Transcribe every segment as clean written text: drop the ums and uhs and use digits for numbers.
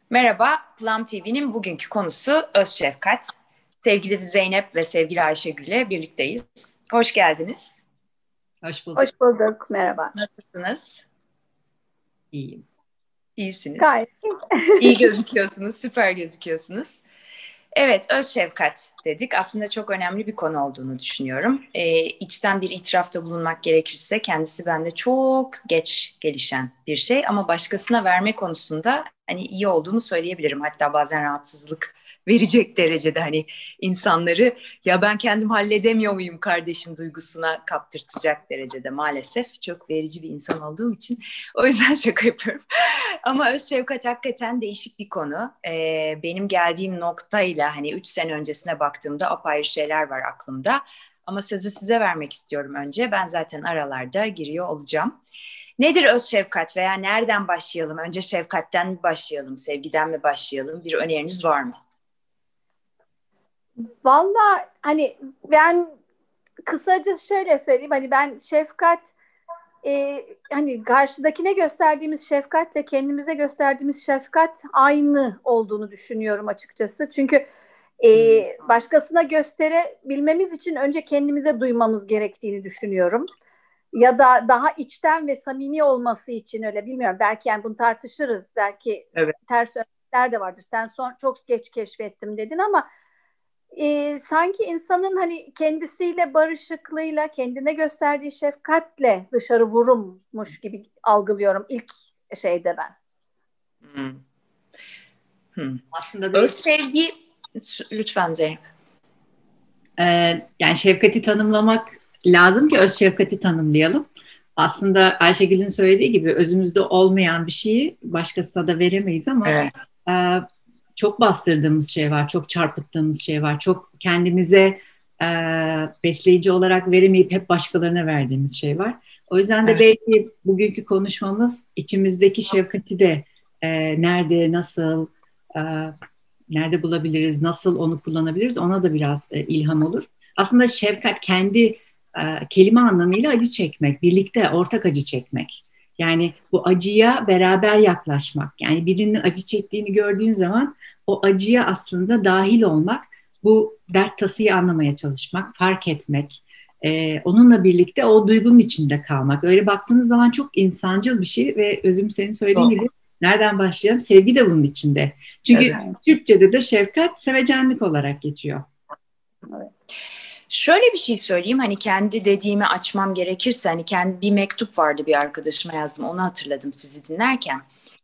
Merhaba, Plum TV'nin bugünkü konusu öz şefkat. Sevgili Zeynep ve sevgili Ayşegül'le birlikteyiz. Hoş geldiniz. Hoş bulduk. Hoş bulduk, merhaba. Nasılsınız? İyiyim. İyisiniz. Gayet iyi. İyi gözüküyorsunuz, süper gözüküyorsunuz. Evet, öz şefkat dedik. Aslında çok önemli bir konu olduğunu düşünüyorum. İçten bir itirafta bulunmak gerekirse kendisi bende çok geç gelişen bir şey. Ama başkasına verme konusunda hani iyi olduğumu söyleyebilirim. Hatta bazen rahatsızlık verecek derecede hani insanları ya ben kendim halledemiyor muyum kardeşim duygusuna kaptırtacak derecede maalesef çok verici bir insan olduğum için o yüzden şaka yapıyorum. Ama öz şefkat hakikaten değişik bir konu. Benim geldiğim noktayla hani 3 sene öncesine baktığımda apayrı şeyler var aklımda. Ama sözü size vermek istiyorum önce. Ben zaten aralarda giriyor olacağım. Nedir öz şefkat veya nereden başlayalım? Önce şefkatten mi başlayalım, sevgiden mi başlayalım? Bir öneriniz var mı? Vallahi hani ben kısaca şöyle söyleyeyim. Hani ben şefkat hani karşıdakine gösterdiğimiz şefkatle kendimize gösterdiğimiz şefkat aynı olduğunu düşünüyorum açıkçası. Çünkü başkasına gösterebilmemiz için önce kendimize duymamız gerektiğini düşünüyorum. Ya da daha içten ve samimi olması için öyle bilmiyorum. Belki yani bunu tartışırız. Belki Evet. ters örnekler de vardır. Sen çok geç keşfettim dedin ama sanki insanın hani kendisiyle barışıklığıyla, kendine gösterdiği şefkatle dışarı vurulmuş gibi algılıyorum ilk şeyde ben. Hmm. Hmm. Aslında Öz değil. sevgi, lütfen Zeynep. Yani şefkati tanımlamak lazım ki öz şefkati tanımlayalım. Aslında Ayşegül'ün söylediği gibi özümüzde olmayan bir şeyi başkasına da veremeyiz ama Evet. e, çok bastırdığımız şey var, çok çarpıttığımız şey var, çok kendimize e, besleyici olarak veremeyip hep başkalarına verdiğimiz şey var. O yüzden de Evet. belki bugünkü konuşmamız içimizdeki şefkati de nerede, nasıl, e, nerede bulabiliriz, nasıl onu kullanabiliriz ona da biraz ilham olur. Aslında şefkat kendi kelime anlamıyla acı çekmek, birlikte ortak acı çekmek. Yani bu acıya beraber yaklaşmak. Yani birinin acı çektiğini gördüğün zaman o acıya aslında dahil olmak, bu dert tasayı anlamaya çalışmak, fark etmek, onunla birlikte o duygunun içinde kalmak. Öyle baktığınız zaman çok insancıl bir şey ve özüm senin söylediğin Çok. gibi nereden başlayalım? Sevgi de bunun içinde. Çünkü Evet. Türkçe'de de şefkat sevecenlik olarak geçiyor. Evet. Şöyle bir şey söyleyeyim hani kendi dediğimi açmam gerekirse hani kendi bir mektup vardı bir arkadaşıma yazdım onu hatırladım sizi dinlerken.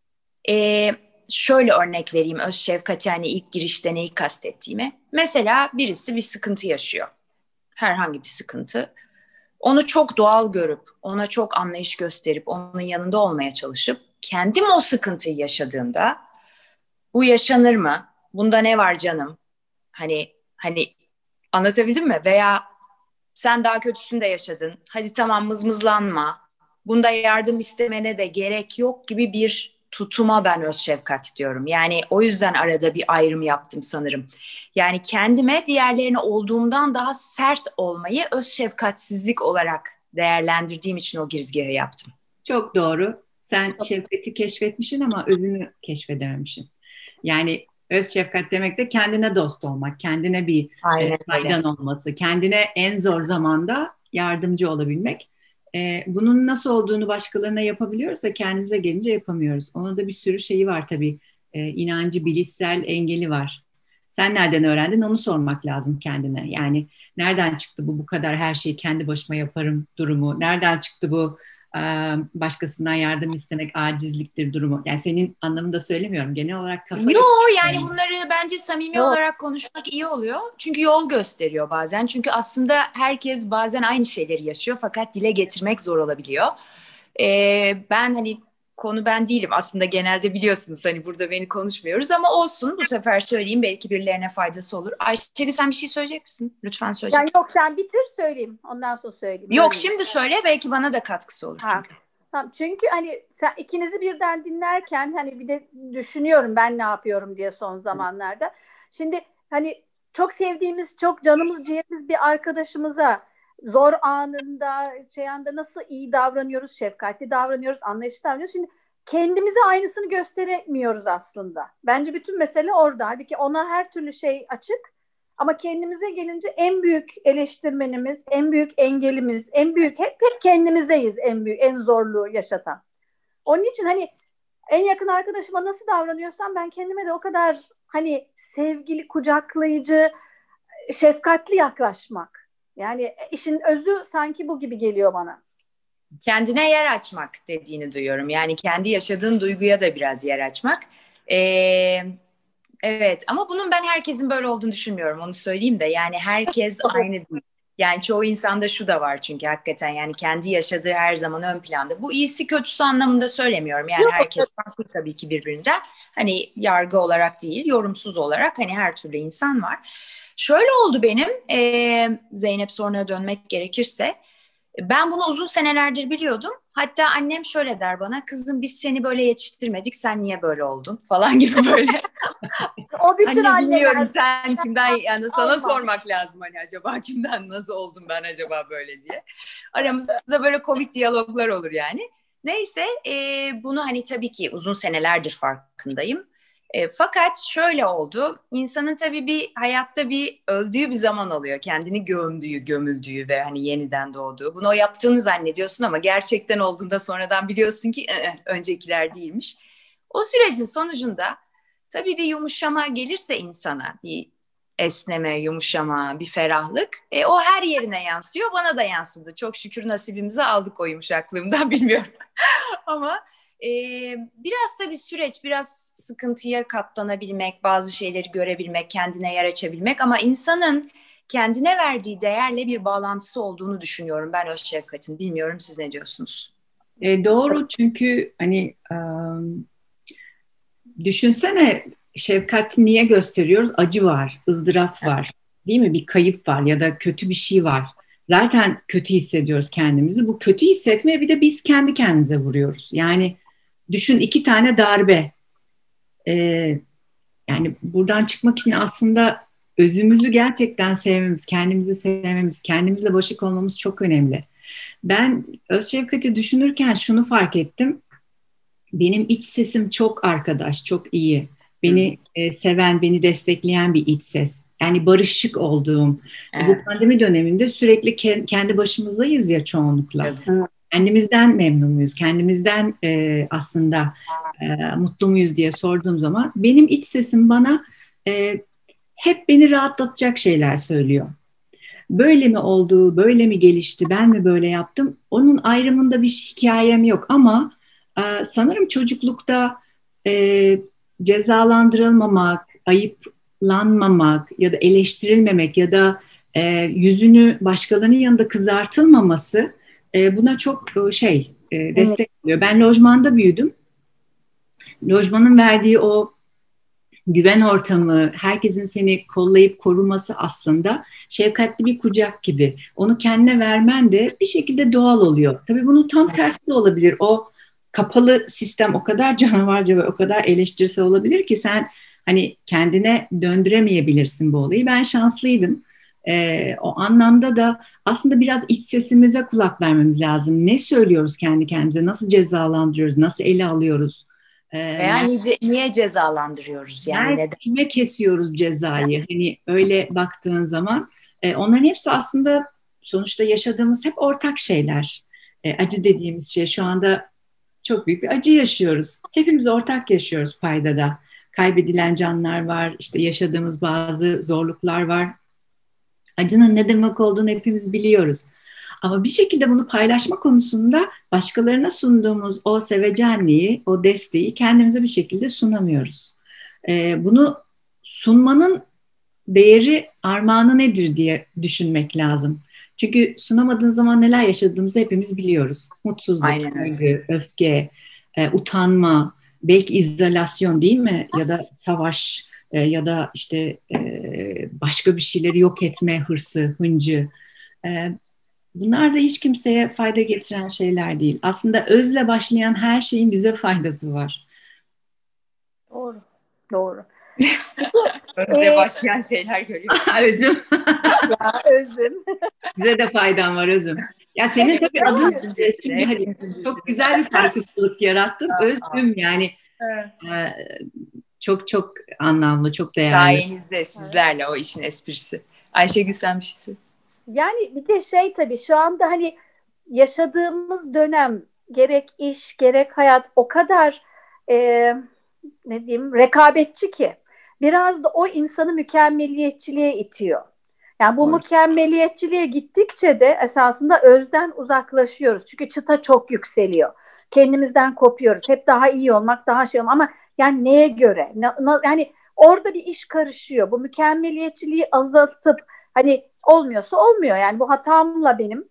Şöyle örnek vereyim öz şefkat yani ilk girişte neyi kastettiğimi. Mesela birisi bir sıkıntı yaşıyor. Herhangi bir sıkıntı. Onu çok doğal görüp, ona çok anlayış gösterip, onun yanında olmaya çalışıp, kendim o sıkıntıyı yaşadığımda, bu yaşanır mı? Bunda ne var canım? Hani anlatabildim mi? Veya sen daha kötüsünü de yaşadın. Hadi tamam mızmızlanma. Bunda yardım istemene de gerek yok gibi bir tutuma ben öz şefkat diyorum. Yani o yüzden arada bir ayrım yaptım sanırım. Yani kendime diğerlerine olduğumdan daha sert olmayı öz şefkatsizlik olarak değerlendirdiğim için o girizgahı yaptım. Çok doğru. Sen şefkati keşfetmişsin ama özünü keşfedememişsin. Yani öz şefkat demek de kendine dost olmak, kendine bir Aynen öyle. faydan olması, kendine en zor zamanda yardımcı olabilmek. Bunun nasıl olduğunu başkalarına yapabiliyoruz da kendimize gelince yapamıyoruz. Onun da bir sürü şeyi var tabii. İnancı, bilişsel engeli var. Sen nereden öğrendin onu sormak lazım kendine. Yani nereden çıktı bu kadar her şeyi kendi başıma yaparım durumu? Nereden çıktı bu başkasından yardım istemek acizliktir durumu? Yani senin anlamında söylemiyorum. Genel olarak kafa Yo yani yapısı. bunları bence samimi Yok. olarak konuşmak iyi oluyor. Çünkü yol gösteriyor bazen. Çünkü aslında herkes bazen aynı şeyleri yaşıyor fakat dile getirmek zor olabiliyor. Ben hani konu ben değilim aslında genelde biliyorsunuz hani burada beni konuşmuyoruz ama olsun bu sefer söyleyeyim belki birilerine faydası olur. Ayşegül sen bir şey söyleyecek misin? Lütfen Yani söyleyeceksin. yok sen bitir söyleyeyim. Ondan sonra söyleyeyim. Yok Bölmeyeyim. şimdi söyle belki bana da katkısı olur Ha. çünkü. Tamam. Çünkü hani sen ikinizi birden dinlerken hani bir de düşünüyorum ben ne yapıyorum diye son zamanlarda. Şimdi hani çok sevdiğimiz, çok canımız ciğerimiz bir arkadaşımıza zor anında, şey anda nasıl iyi davranıyoruz, şefkatli davranıyoruz, anlayışlı davranıyoruz. Şimdi kendimize aynısını gösteremiyoruz aslında. Bence bütün mesele orada. Halbuki ona her türlü şey açık. Ama kendimize gelince en büyük eleştirmenimiz, en büyük engelimiz, en büyük hep kendimizeyiz, en büyük, en zorluğu yaşatan. Onun için hani en yakın arkadaşıma nasıl davranıyorsam ben kendime de o kadar hani sevgili, kucaklayıcı, şefkatli yaklaşmak. Yani işin özü sanki bu gibi geliyor bana. Kendine yer açmak dediğini duyuyorum. Yani kendi yaşadığın duyguya da biraz yer açmak. Evet, ama bunun ben herkesin böyle olduğunu düşünmüyorum, onu söyleyeyim de. Yani herkes aynı değil. Yani çoğu insanda şu da var çünkü hakikaten, yani kendi yaşadığı her zaman ön planda. Bu iyisi kötüsü anlamında söylemiyorum. Yani herkes farklı tabii ki birbirinden. Hani yargı olarak değil, yorumsuz olarak, hani her türlü insan var. Şöyle oldu benim, Zeynep soruna dönmek gerekirse. Ben bunu uzun senelerdir biliyordum. Hatta annem şöyle der bana: kızım biz seni böyle yetiştirmedik, sen niye böyle oldun falan gibi böyle. O bütün Anne bilmiyorum, anneler sen kimden, yani sana olmaz. sormak lazım hani, acaba kimden, nasıl oldum ben acaba böyle diye. Aramızda böyle komik diyaloglar olur yani. Neyse, bunu hani tabii ki uzun senelerdir farkındayım. Fakat şöyle oldu. İnsanın tabii bir hayatta bir öldüğü bir zaman oluyor. Kendini gömdüğü, gömüldüğü ve hani yeniden doğduğu. Bunu o yaptığını zannediyorsun ama gerçekten olduğunda sonradan biliyorsun ki öncekiler değilmiş. O sürecin sonucunda tabii bir yumuşama gelirse insana, bir esneme, yumuşama, bir ferahlık, o her yerine yansıyor. Bana da yansıdı. Çok şükür nasibimizi aldık o yumuşaklığımdan, bilmiyorum. Ama biraz da bir süreç, biraz sıkıntıya katlanabilmek, bazı şeyleri görebilmek, kendine yer açabilmek, ama insanın kendine verdiği değerle bir bağlantısı olduğunu düşünüyorum ben öz şefkatin. Bilmiyorum, siz ne diyorsunuz? Doğru, çünkü hani düşünsene, şefkati niye gösteriyoruz? Acı var, ızdırap var, değil mi? Bir kayıp var ya da kötü bir şey var. Zaten kötü hissediyoruz kendimizi. Bu kötü hissetmeye bir de biz kendi kendimize vuruyoruz. Yani düşün, 2 tane darbe. Yani buradan çıkmak için aslında özümüzü gerçekten sevmemiz, kendimizi sevmemiz, kendimizle barışık olmamız çok önemli. Ben öz şefkati düşünürken şunu fark ettim. Benim iç sesim çok arkadaş, çok iyi. Beni seven, beni destekleyen bir iç ses. Yani barışık olduğum. Evet. Bu pandemi döneminde sürekli kendi başımızdayız ya çoğunlukla. Evet. Kendimizden memnun muyuz? Kendimizden aslında mutlu muyuz diye sorduğum zaman benim iç sesim bana hep beni rahatlatacak şeyler söylüyor. Böyle mi oldu, böyle mi gelişti, ben mi böyle yaptım? Onun ayrımında bir hikayem yok ama sanırım çocuklukta cezalandırılmamak, ayıplanmamak ya da eleştirilmemek ya da yüzünü başkalarının yanında kızartılmaması buna çok destek oluyor. Ben lojmanda büyüdüm. Lojmanın verdiği o güven ortamı, herkesin seni kollayıp koruması aslında şefkatli bir kucak gibi. Onu kendine vermen de bir şekilde doğal oluyor. Tabii bunun tam tersi de olabilir. O kapalı sistem o kadar canavarca ve o kadar eleştirsel olabilir ki sen hani kendine döndüremeyebilirsin bu olayı. Ben şanslıydım. O anlamda da aslında biraz iç sesimize kulak vermemiz lazım. Ne söylüyoruz kendi kendimize, nasıl cezalandırıyoruz, nasıl ele alıyoruz? Veya niye cezalandırıyoruz, yani neden? Kime kesiyoruz cezayı? Hani öyle baktığın zaman onların hepsi aslında sonuçta yaşadığımız hep ortak şeyler. Acı dediğimiz şey, şu anda çok büyük bir acı yaşıyoruz. Hepimiz ortak yaşıyoruz paydada. Kaybedilen canlar var, işte yaşadığımız bazı zorluklar var. Acının ne demek olduğunu hepimiz biliyoruz. Ama bir şekilde bunu paylaşma konusunda başkalarına sunduğumuz o sevecenliği, o desteği kendimize bir şekilde sunamıyoruz. Bunu sunmanın değeri, armağanı nedir diye düşünmek lazım. Çünkü sunamadığın zaman neler yaşadığımızı hepimiz biliyoruz. Mutsuzluk, kaygı, öfke, utanma, belki izolasyon, değil mi? Ya da savaş ya da işte başka bir şeyleri yok etme hırsı, hıncı. Bunlar da hiç kimseye fayda getiren şeyler değil. Aslında özle başlayan her şeyin bize faydası var. Doğru, doğru. Özle başlayan şeyler görüyorsun. Özüm. Ya özüm. Bize de faydan var özüm. Ya senin tabii adın Hepimizin dilinde, şimdi hani hepimizin dilinde. çok güzel bir farkındalık yarattın. Özlüm yani Evet. çok çok anlamlı, çok değerli. Sayenizde, sizlerle o işin esprisi. Ayşegül sen bir şey söyle. Yani bir de şey tabii şu anda hani yaşadığımız dönem gerek iş gerek hayat o kadar e, ne diyeyim rekabetçi ki biraz da o insanı mükemmeliyetçiliğe itiyor. Yani bu Doğru. mükemmeliyetçiliğe gittikçe de esasında özden uzaklaşıyoruz. Çünkü çıta çok yükseliyor. Kendimizden kopuyoruz. Hep daha iyi olmak, daha şey olmak ama yani neye göre? Yani orada bir iş karışıyor. Bu mükemmeliyetçiliği azaltıp hani olmuyorsa olmuyor. Yani bu hatamla benim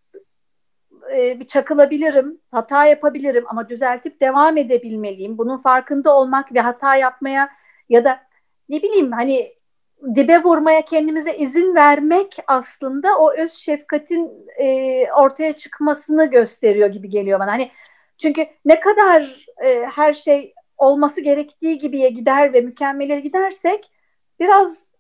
bir çakılabilirim, hata yapabilirim ama düzeltip devam edebilmeliyim. Bunun farkında olmak ve hata yapmaya ya da ne bileyim hani dibe vurmaya kendimize izin vermek aslında o öz şefkatin ortaya çıkmasını gösteriyor gibi geliyor bana. Hani çünkü ne kadar her şey olması gerektiği gibiye gider ve mükemmele gidersek biraz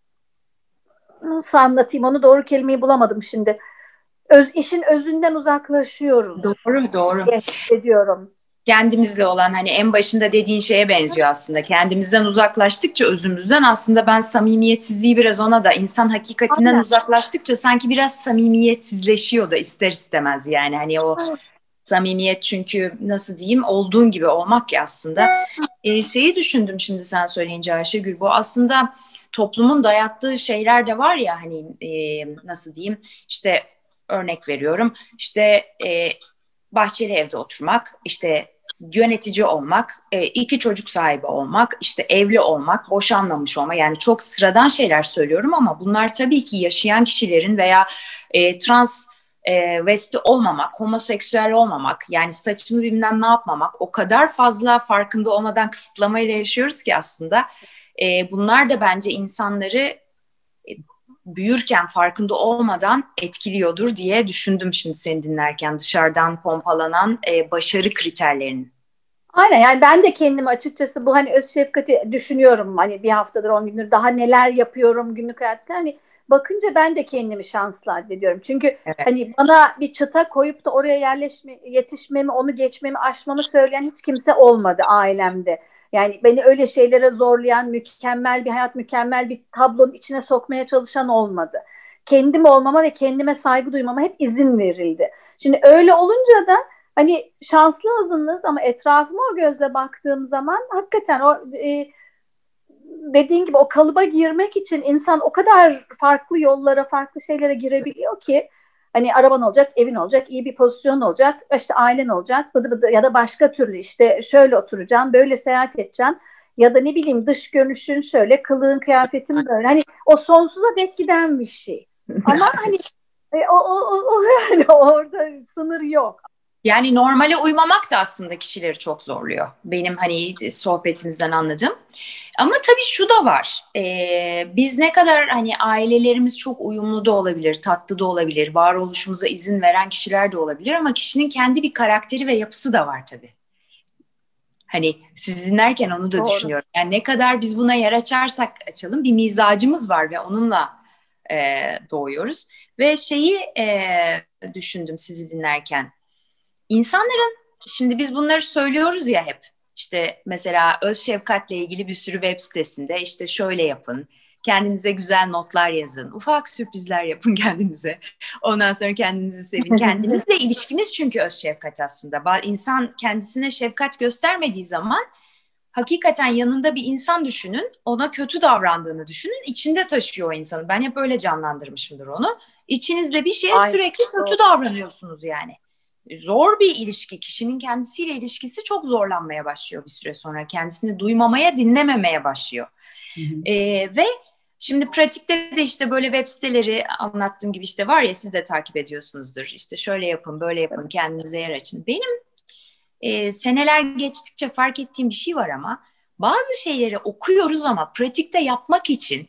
nasıl anlatayım onu doğru kelimeyi bulamadım şimdi. İşin özünden uzaklaşıyoruz Doğru, doğru. diye hissediyorum. Kendimizle olan hani en başında dediğin şeye benziyor aslında. Kendimizden uzaklaştıkça özümüzden aslında ben samimiyetsizliği biraz ona da insan hakikatinden Aynen. uzaklaştıkça sanki biraz samimiyetsizleşiyor da ister istemez yani hani o samimiyet çünkü nasıl diyeyim olduğun gibi olmak ya aslında. Şeyi düşündüm şimdi sen söyleyince Ayşegül bu aslında toplumun dayattığı şeyler de var ya hani nasıl diyeyim işte örnek veriyorum işte bahçeli evde oturmak işte yönetici olmak, iki çocuk sahibi olmak, işte evli olmak, boşanmamış olmak yani çok sıradan şeyler söylüyorum ama bunlar tabii ki yaşayan kişilerin veya trans vesti olmamak, homoseksüel olmamak, yani saçını bilmem ne yapmamak o kadar fazla farkında olmadan kısıtlamayla yaşıyoruz ki aslında bunlar da bence insanları büyürken farkında olmadan etkiliyordur diye düşündüm şimdi seni dinlerken dışarıdan pompalanan başarı kriterlerinin. Aynen yani ben de kendimi açıkçası bu hani öz şefkati düşünüyorum hani bir haftadır 10 gündür daha neler yapıyorum günlük hayatta hani bakınca ben de kendimi şanslı addediyorum. Çünkü Evet. hani bana bir çıta koyup da oraya yetişmemi onu geçmemi aşmamı söyleyen hiç kimse olmadı ailemde. Yani beni öyle şeylere zorlayan mükemmel bir hayat mükemmel bir tablonun içine sokmaya çalışan olmadı. Kendim olmama ve kendime saygı duymama hep izin verildi. Şimdi öyle olunca da hani şanslı azınlığız ama etrafıma o gözle baktığım zaman hakikaten o dediğin gibi o kalıba girmek için insan o kadar farklı yollara, farklı şeylere girebiliyor ki hani araban olacak, evin olacak, iyi bir pozisyon olacak, işte ailen olacak, bıdı bıdı ya da başka türlü işte şöyle oturacağım, böyle seyahat edeceğim ya da ne bileyim dış görünüşün şöyle, kılığın, kıyafetin böyle. Hani o sonsuza dek giden bir şey. Ama hani o yani orada sınır yok. Yani normale uymamak da aslında kişileri çok zorluyor. Benim hani sohbetimizden anladım. Ama tabii şu da var. Biz ne kadar hani ailelerimiz çok uyumlu da olabilir, tatlı da olabilir, varoluşumuza izin veren kişiler de olabilir ama kişinin kendi bir karakteri ve yapısı da var tabii. Hani siz dinlerken onu da Doğru. düşünüyorum. Yani ne kadar biz buna yer açarsak açalım bir mizacımız var ve onunla doğuyoruz. Ve şeyi düşündüm sizi dinlerken. İnsanların şimdi biz bunları söylüyoruz ya hep. İşte mesela öz şefkatle ilgili bir sürü web sitesinde işte şöyle yapın. Kendinize güzel notlar yazın. Ufak sürprizler yapın kendinize. Ondan sonra kendinizi sevin. Kendinizle ilişkiniz çünkü öz şefkat aslında. İnsan kendisine şefkat göstermediği zaman hakikaten yanında bir insan düşünün. Ona kötü davrandığını düşünün. İçinde taşıyor o insanı. Ben hep öyle canlandırmışımdır onu. İçinizde bir şeye sürekli kötü davranıyorsunuz yani. Zor bir ilişki. Kişinin kendisiyle ilişkisi çok zorlanmaya başlıyor bir süre sonra. Kendisini duymamaya, dinlememeye başlıyor. Ve şimdi pratikte de işte böyle web siteleri anlattığım gibi işte var ya siz de takip ediyorsunuzdur. İşte şöyle yapın, böyle yapın, kendinize yer açın. Benim seneler geçtikçe fark ettiğim bir şey var ama bazı şeyleri okuyoruz ama pratikte yapmak için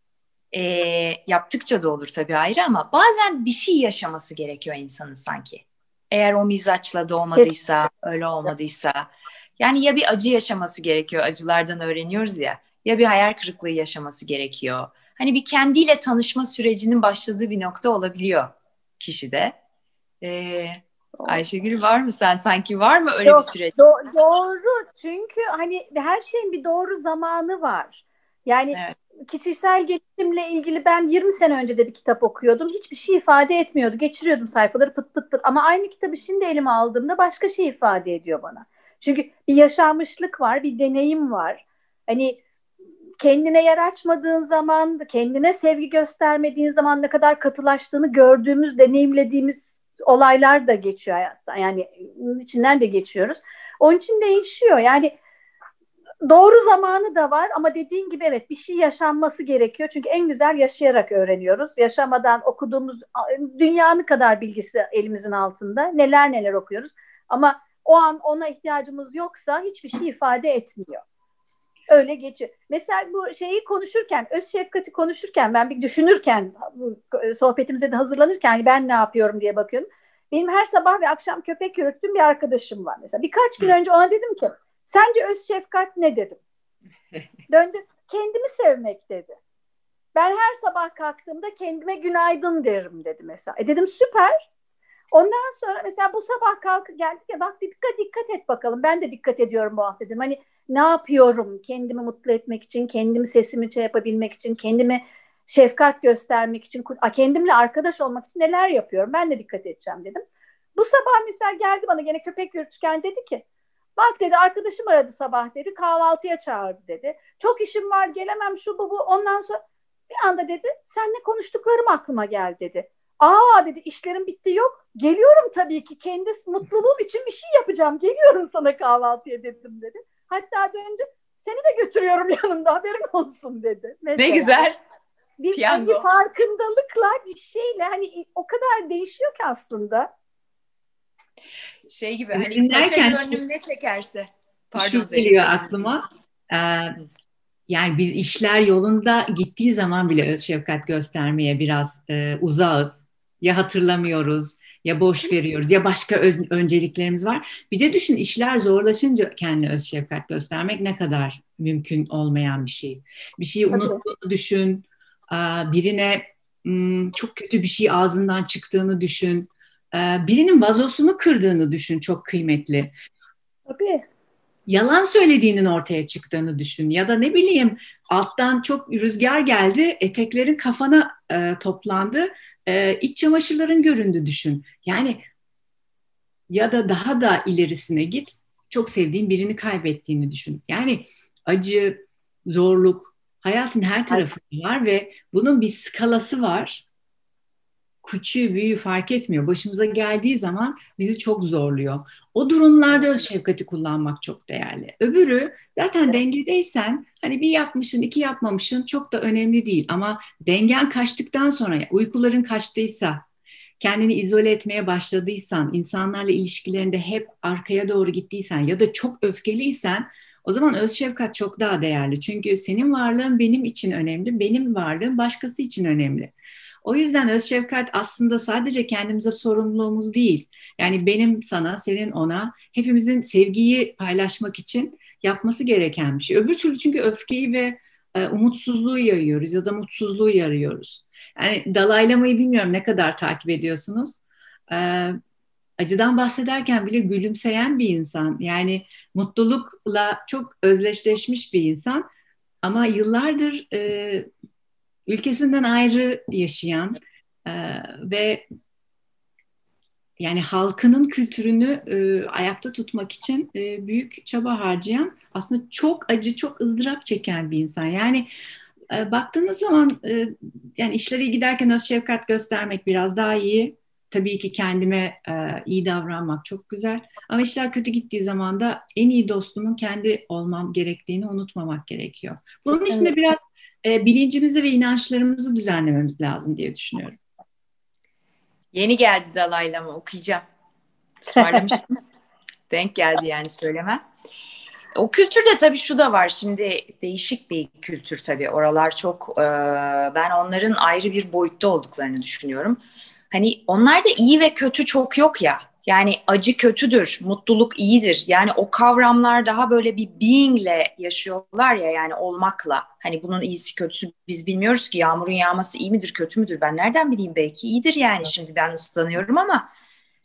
yaptıkça da olur tabii ayrı ama bazen bir şey yaşaması gerekiyor insanın sanki. Eğer o mizaçla doğmadıysa, öyle olmadıysa. Yani ya bir acı yaşaması gerekiyor, acılardan öğreniyoruz ya. Ya bir hayal kırıklığı yaşaması gerekiyor. Hani bir kendiyle tanışma sürecinin başladığı bir nokta olabiliyor kişide. Ayşegül var mı? Sen sanki var mı öyle bir süreç? Doğru. Çünkü hani her şeyin bir doğru zamanı var. Yani Evet. kişisel gelişimle ilgili ben 20 sene önce de bir kitap okuyordum. Hiçbir şey ifade etmiyordu. Geçiriyordum sayfaları pıt pıt pıt. Ama aynı kitabı şimdi elime aldığımda başka şey ifade ediyor bana. Çünkü bir yaşanmışlık var, bir deneyim var. Hani kendine yer açmadığın zaman, kendine sevgi göstermediğin zaman ne kadar katılaştığını gördüğümüz, deneyimlediğimiz olaylar da geçiyor hayatta. Yani içinden de geçiyoruz. Onun için değişiyor. Yani doğru zamanı da var ama dediğin gibi evet bir şey yaşanması gerekiyor. Çünkü en güzel yaşayarak öğreniyoruz. Yaşamadan okuduğumuz dünyanın kadar bilgisi elimizin altında. Neler neler okuyoruz. Ama o an ona ihtiyacımız yoksa hiçbir şey ifade etmiyor. Öyle geçiyor. Mesela bu şeyi konuşurken, öz şefkati konuşurken ben bir düşünürken, sohbetimize de hazırlanırken hani ben ne yapıyorum diye bakıyorum. Benim her sabah ve akşam köpek yürüttüğüm bir arkadaşım var mesela. Birkaç gün önce ona dedim ki sence öz şefkat ne dedim. Döndü kendimi sevmek dedi. Ben her sabah kalktığımda kendime günaydın derim dedi mesela. Dedim süper. Ondan sonra mesela bu sabah kalkıp geldik ya bak dikkat et bakalım. Ben de dikkat ediyorum bu hafta dedim. Hani ne yapıyorum kendimi mutlu etmek için, kendimi sesimi yapabilmek için, kendime şefkat göstermek için, kendimle arkadaş olmak için neler yapıyorum? Ben de dikkat edeceğim dedim. Bu sabah mesela geldi bana gene köpek yürütürken dedi ki bak dedi arkadaşım aradı sabah dedi kahvaltıya çağırdı dedi. Çok işim var gelemem şu bu ondan sonra bir anda dedi seninle konuştuklarım aklıma geldi dedi. Aa dedi işlerim bitti yok. Geliyorum tabii ki kendi mutluluğum için bir şey yapacağım. Geliyorum sana kahvaltıya dedim dedi. Hatta döndü seni de götürüyorum yanımda haberin olsun dedi. Mesela, ne güzel. Bir farkındalıkla bir şeyle hani o kadar değişiyor ki aslında. Şey gibi hani paşa gönlüm ne çekerse. Şu geliyor aklıma. Yani biz işler yolunda gittiği zaman bile öz şefkat göstermeye biraz uzağız. Ya hatırlamıyoruz, ya boş veriyoruz, ya başka önceliklerimiz var. Bir de düşün işler zorlaşınca kendine öz şefkat göstermek ne kadar mümkün olmayan bir şey. Bir şeyi unuttuğunu düşün, birine çok kötü bir şey ağzından çıktığını düşün, birinin vazosunu kırdığını düşün çok kıymetli. Tabii. Yalan söylediğinin ortaya çıktığını düşün ya da ne bileyim alttan çok rüzgar geldi eteklerin kafana toplandı iç çamaşırların göründü düşün yani ya da daha da ilerisine git çok sevdiğin birini kaybettiğini düşün yani acı, zorluk hayatın her tarafında var ve bunun bir skalası var. Küçüğü büyüğü fark etmiyor. Başımıza geldiği zaman bizi çok zorluyor. O durumlarda öz şefkati kullanmak çok değerli. Öbürü zaten dengedeysen hani bir yapmışsın iki yapmamışsın çok da önemli değil. Ama dengen kaçtıktan sonra uykuların kaçtıysa kendini izole etmeye başladıysan insanlarla ilişkilerinde hep arkaya doğru gittiysen ya da çok öfkeliysen o zaman öz şefkat çok daha değerli. Çünkü senin varlığın benim için önemli, benim varlığım başkası için önemli. O yüzden öz şefkat aslında sadece kendimize sorumluluğumuz değil. Yani benim sana, senin ona, hepimizin sevgiyi paylaşmak için yapması gereken bir şey. Öbür türlü çünkü öfkeyi ve umutsuzluğu yayıyoruz ya da mutsuzluğu yarıyoruz. Yani Dalai Lama'yı bilmiyorum ne kadar takip ediyorsunuz. Acıdan bahsederken bile gülümseyen bir insan. Yani mutlulukla çok özdeşleşmiş bir insan. Ama yıllardır ülkesinden ayrı yaşayan ve yani halkının kültürünü ayakta tutmak için büyük çaba harcayan aslında çok acı, çok ızdırap çeken bir insan. Yani baktığınız zaman yani işlere iyi giderken öz şefkat göstermek biraz daha iyi. Tabii ki kendime iyi davranmak çok güzel. Ama işler kötü gittiği zaman da en iyi dostumun kendi olmam gerektiğini unutmamak gerekiyor. Bunun için de biraz bilincimizi ve inançlarımızı düzenlememiz lazım diye düşünüyorum. Yeni geldi Dalai Lama okuyacağım. Ismarlamıştım. Denk geldi yani söylemem. O kültürde tabii şu da var. Şimdi değişik bir kültür tabii. Oralar çok ben onların ayrı bir boyutta olduklarını düşünüyorum. Hani onlarda iyi ve kötü çok yok ya. Yani acı kötüdür, mutluluk iyidir. Yani o kavramlar daha böyle bir beingle yaşıyorlar ya yani olmakla. Hani bunun iyisi kötüsü biz bilmiyoruz ki yağmurun yağması iyi midir kötü müdür? Ben nereden bileyim belki iyidir yani şimdi ben ıslanıyorum ama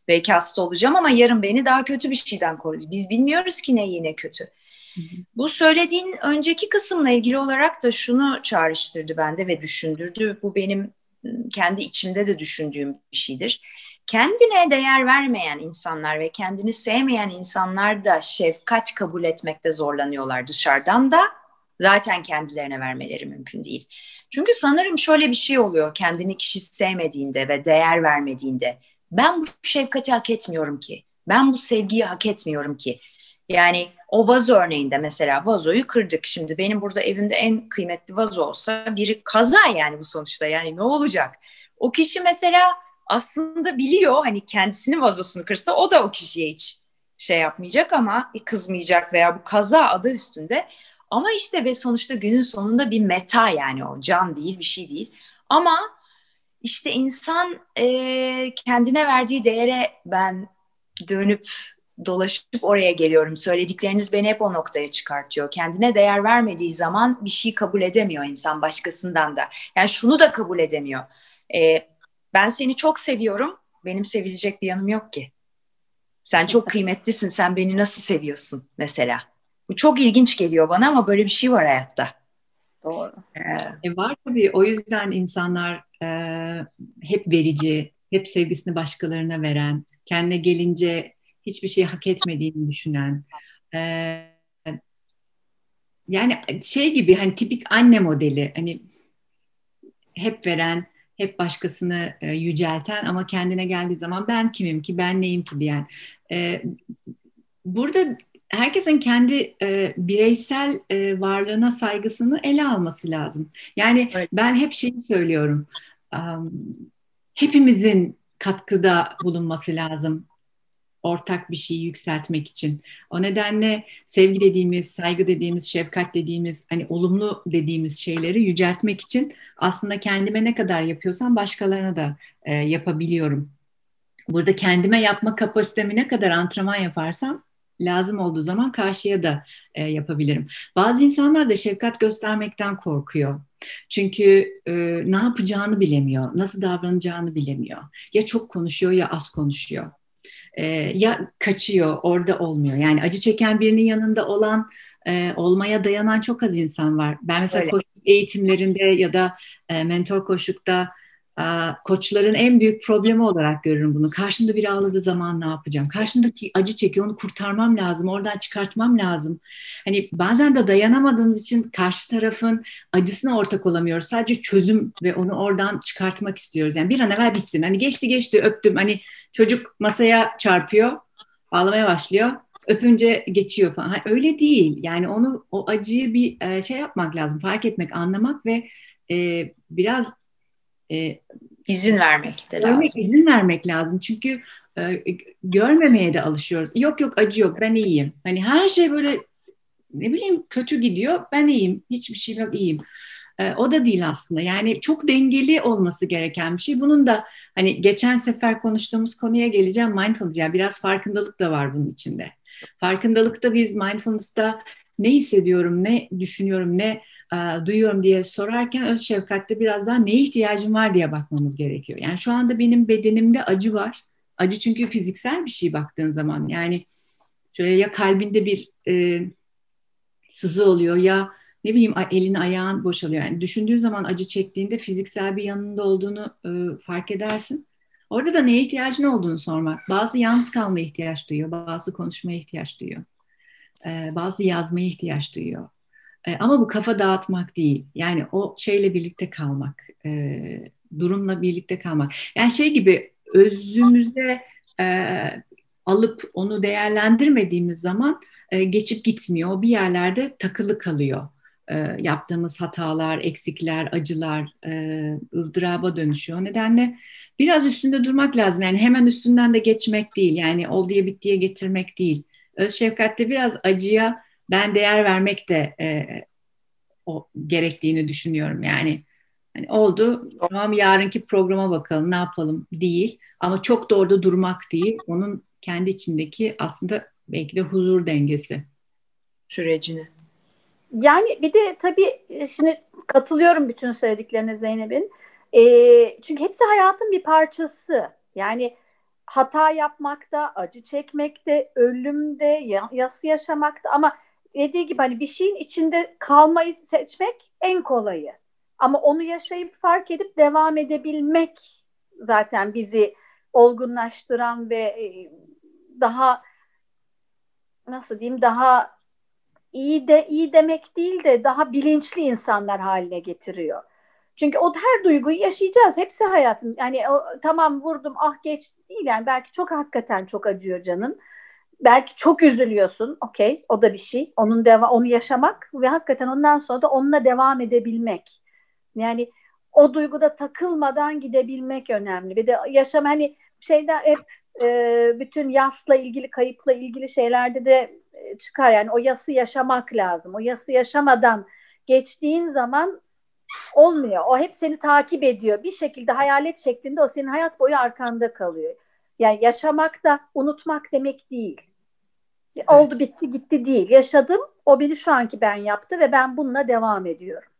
Belki hasta olacağım ama yarın beni daha kötü bir şeyden koruyacak. Biz bilmiyoruz ki ne iyi ne kötü. Bu söylediğin önceki kısımla ilgili olarak da şunu çağrıştırdı bende ve düşündürdü. Bu benim kendi içimde de düşündüğüm bir şeydir. Kendine değer vermeyen insanlar ve kendini sevmeyen insanlar da şefkat kabul etmekte zorlanıyorlar dışarıdan da. Zaten kendilerine vermeleri mümkün değil. Çünkü sanırım şöyle bir şey oluyor kendini kişi sevmediğinde ve değer vermediğinde. Ben bu şefkati hak etmiyorum ki. Ben bu sevgiyi hak etmiyorum ki. Yani o vazo örneğinde mesela vazoyu kırdık. Şimdi benim burada evimde en kıymetli vazo olsa biri kaza yani bu sonuçta. Yani ne olacak? O kişi mesela aslında biliyor hani kendisinin vazosunu kırsa o da o kişiye hiç şey yapmayacak ama kızmayacak veya bu kaza adı üstünde. Ama işte ve sonuçta günün sonunda bir meta yani o can değil bir şey değil. Ama işte insan kendine verdiği değere ben dönüp dolaşıp oraya geliyorum. Söyledikleriniz beni hep o noktaya çıkartıyor. Kendine değer vermediği zaman bir şey kabul edemiyor insan başkasından da. Yani şunu da kabul edemiyor. Ben seni çok seviyorum. Benim sevilecek bir yanım yok ki. Sen çok kıymetlisin. Sen beni nasıl seviyorsun mesela? Bu çok ilginç geliyor bana ama böyle bir şey var hayatta. Doğru. Var tabii. O yüzden insanlar hep verici, hep sevgisini başkalarına veren, kendine gelince hiçbir şey hak etmediğini düşünen. E, Yani şey gibi hani tipik anne modeli. Hani hep veren, hep başkasını yücelten ama kendine geldiği zaman ben kimim ki, ben neyim ki diyen. E, Burada herkesin kendi bireysel varlığına saygısını ele alması lazım. Yani Evet. ben hep şeyi söylüyorum. Hepimizin katkıda bulunması lazım ortak bir şeyi yükseltmek için. O nedenle sevgi dediğimiz, saygı dediğimiz, şefkat dediğimiz, hani olumlu dediğimiz şeyleri yüceltmek için aslında kendime ne kadar yapıyorsam başkalarına da yapabiliyorum. Burada kendime yapma kapasitemi ne kadar antrenman yaparsam lazım olduğu zaman karşıya da yapabilirim. Bazı insanlar da şefkat göstermekten korkuyor. Çünkü ne yapacağını bilemiyor, nasıl davranacağını bilemiyor. Ya çok konuşuyor ya az konuşuyor. Ya kaçıyor, orada olmuyor. Yani acı çeken birinin yanında olmaya dayanan çok az insan var. Ben mesela Öyle. koçluk eğitimlerinde ya da mentor koçlukta koçların en büyük problemi olarak görürüm bunu. Karşımda biri ağladığı zaman ne yapacağım? Karşımdaki acı çekiyor, onu kurtarmam lazım, oradan çıkartmam lazım. Hani bazen de dayanamadığımız için karşı tarafın acısına ortak olamıyoruz. Sadece çözüm ve onu oradan çıkartmak istiyoruz. Yani bir an evvel bitsin. Hani geçti öptüm. Hani çocuk masaya çarpıyor, ağlamaya başlıyor. Öpünce geçiyor falan. Öyle değil. Yani o acıyı bir şey yapmak lazım. Fark etmek, anlamak ve biraz İzin vermek de görmek, lazım. izin vermek lazım. Çünkü görmemeye de alışıyoruz. Yok acı yok, ben iyiyim. Hani her şey böyle ne bileyim kötü gidiyor, ben iyiyim. Hiçbir şey yok, iyiyim. O da değil aslında. Yani çok dengeli olması gereken bir şey. Bunun da hani geçen sefer konuştuğumuz konuya geleceğim. Mindfulness. Yani biraz farkındalık da var bunun içinde. Farkındalıkta biz mindfulness'ta ne hissediyorum, ne düşünüyorum, ne duyuyorum diye sorarken öz şefkatte biraz daha neye ihtiyacım var diye bakmamız gerekiyor. Yani şu anda benim bedenimde acı var. Acı çünkü fiziksel bir şey baktığın zaman. Yani şöyle ya kalbinde bir sızı oluyor ya ne bileyim elin ayağın boşalıyor. Yani düşündüğün zaman acı çektiğinde fiziksel bir yanında olduğunu fark edersin. Orada da neye ihtiyacın olduğunu sormak. Bazı yalnız kalmaya ihtiyaç duyuyor, bazı konuşmaya ihtiyaç duyuyor, bazı yazmaya ihtiyaç duyuyor. Ama bu kafa dağıtmak değil. Yani o şeyle birlikte kalmak, durumla birlikte kalmak. Yani şey gibi özümüze alıp onu değerlendirmediğimiz zaman geçip gitmiyor. O bir yerlerde takılı kalıyor. Yaptığımız hatalar, eksikler, acılar ızdıraba dönüşüyor. O nedenle biraz üstünde durmak lazım. Yani hemen üstünden de geçmek değil. Yani ol diye bittiye getirmek değil. Öz şefkatte biraz acıya ben değer vermek de o gerektiğini düşünüyorum. Yani hani oldu, tamam yarınki programa bakalım, ne yapalım değil. Ama çok da orada durmak değil. Onun kendi içindeki aslında belki de huzur dengesi. Sürecini. Yani bir de tabii şimdi katılıyorum bütün söylediklerine Zeynep'in. Çünkü hepsi hayatın bir parçası. Yani hata yapmakta, acı çekmekte, ölümde, yas yaşamakta, ama dediği gibi hani bir şeyin içinde kalmayı seçmek en kolayı. Ama onu yaşayıp fark edip devam edebilmek zaten bizi olgunlaştıran ve daha, nasıl diyeyim, daha iyi demek değil de daha bilinçli insanlar haline getiriyor. Çünkü o her duyguyu yaşayacağız. Hepsi hayatım. Yani tamam vurdum ah geç değil yani, belki çok hakikaten çok acıyor canın. Belki çok üzülüyorsun. Okey, o da bir şey. Onu yaşamak ve hakikaten ondan sonra da onunla devam edebilmek. Yani o duyguda takılmadan gidebilmek önemli. Bir de hani şeyler hep bütün yasla ilgili, kayıpla ilgili şeylerde de çıkar. Yani o yası yaşamak lazım. O yası yaşamadan geçtiğin zaman olmuyor. O hep seni takip ediyor. Bir şekilde hayalet şeklinde o senin hayat boyu arkanda kalıyor. Yani yaşamak da unutmak demek değil. Evet. Oldu bitti gitti değil. Yaşadım. O beni şu anki ben yaptı ve ben bununla devam ediyorum.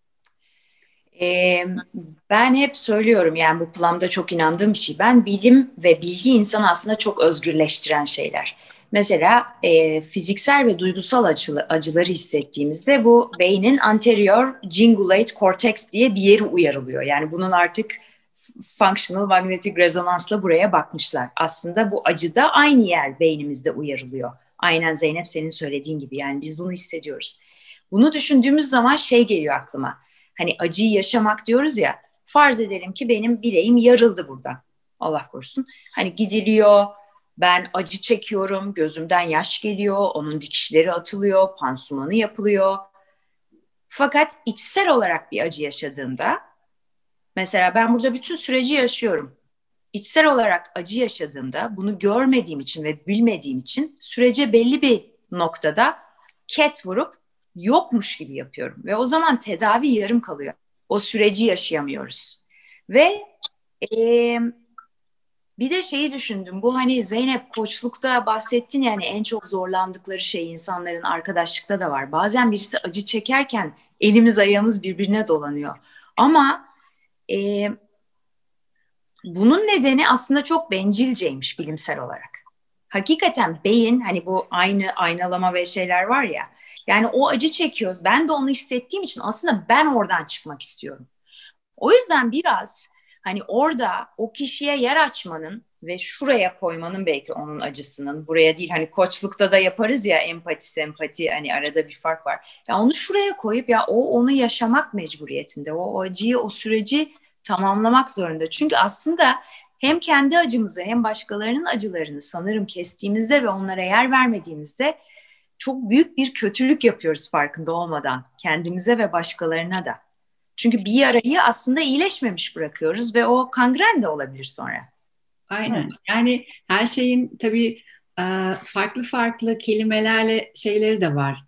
Ben hep söylüyorum, yani bu Plum'da çok inandığım bir şey. Ben bilim ve bilgi insanı aslında çok özgürleştiren şeyler. Mesela fiziksel ve duygusal acıları hissettiğimizde bu beynin anterior cingulate cortex diye bir yeri uyarılıyor. Yani bunun artık functional magnetic rezonansla buraya bakmışlar. Aslında bu acı da aynı yer beynimizde uyarılıyor. Aynen Zeynep senin söylediğin gibi, yani biz bunu hissediyoruz. Bunu düşündüğümüz zaman şey geliyor aklıma. Hani acıyı yaşamak diyoruz ya, farz edelim ki benim bileğim yarıldı burada. Allah korusun. Hani gidiliyor, ben acı çekiyorum, gözümden yaş geliyor, onun dikişleri atılıyor, pansumanı yapılıyor. Fakat içsel olarak bir acı yaşadığımda, mesela ben burada bütün süreci yaşıyorum. İçsel olarak acı yaşadığımda bunu görmediğim için ve bilmediğim için sürece belli bir noktada ket vurup yokmuş gibi yapıyorum. Ve o zaman tedavi yarım kalıyor. O süreci yaşayamıyoruz. Ve bir de şeyi düşündüm. Bu hani Zeynep koçlukta bahsettin, yani en çok zorlandıkları şey insanların arkadaşlıkta da var. Bazen birisi acı çekerken elimiz ayağımız birbirine dolanıyor. Ama bunun nedeni aslında çok bencilceymiş bilimsel olarak. Hakikaten beyin, hani bu aynı aynalama ve şeyler var ya, yani o acı çekiyoruz. Ben de onu hissettiğim için aslında ben oradan çıkmak istiyorum. O yüzden biraz hani orada o kişiye yer açmanın ve şuraya koymanın, belki onun acısının buraya değil, hani koçlukta da yaparız ya empati sempati, hani arada bir fark var. Ya onu şuraya koyup ya onu yaşamak mecburiyetinde. O acıyı, o süreci tamamlamak zorunda. Çünkü aslında hem kendi acımızı hem başkalarının acılarını sanırım kestiğimizde ve onlara yer vermediğimizde çok büyük bir kötülük yapıyoruz farkında olmadan, kendimize ve başkalarına da. Çünkü bir yarayı aslında iyileşmemiş bırakıyoruz ve o kangren de olabilir sonra. Aynen. Yani her şeyin tabii farklı farklı kelimelerle şeyleri de var.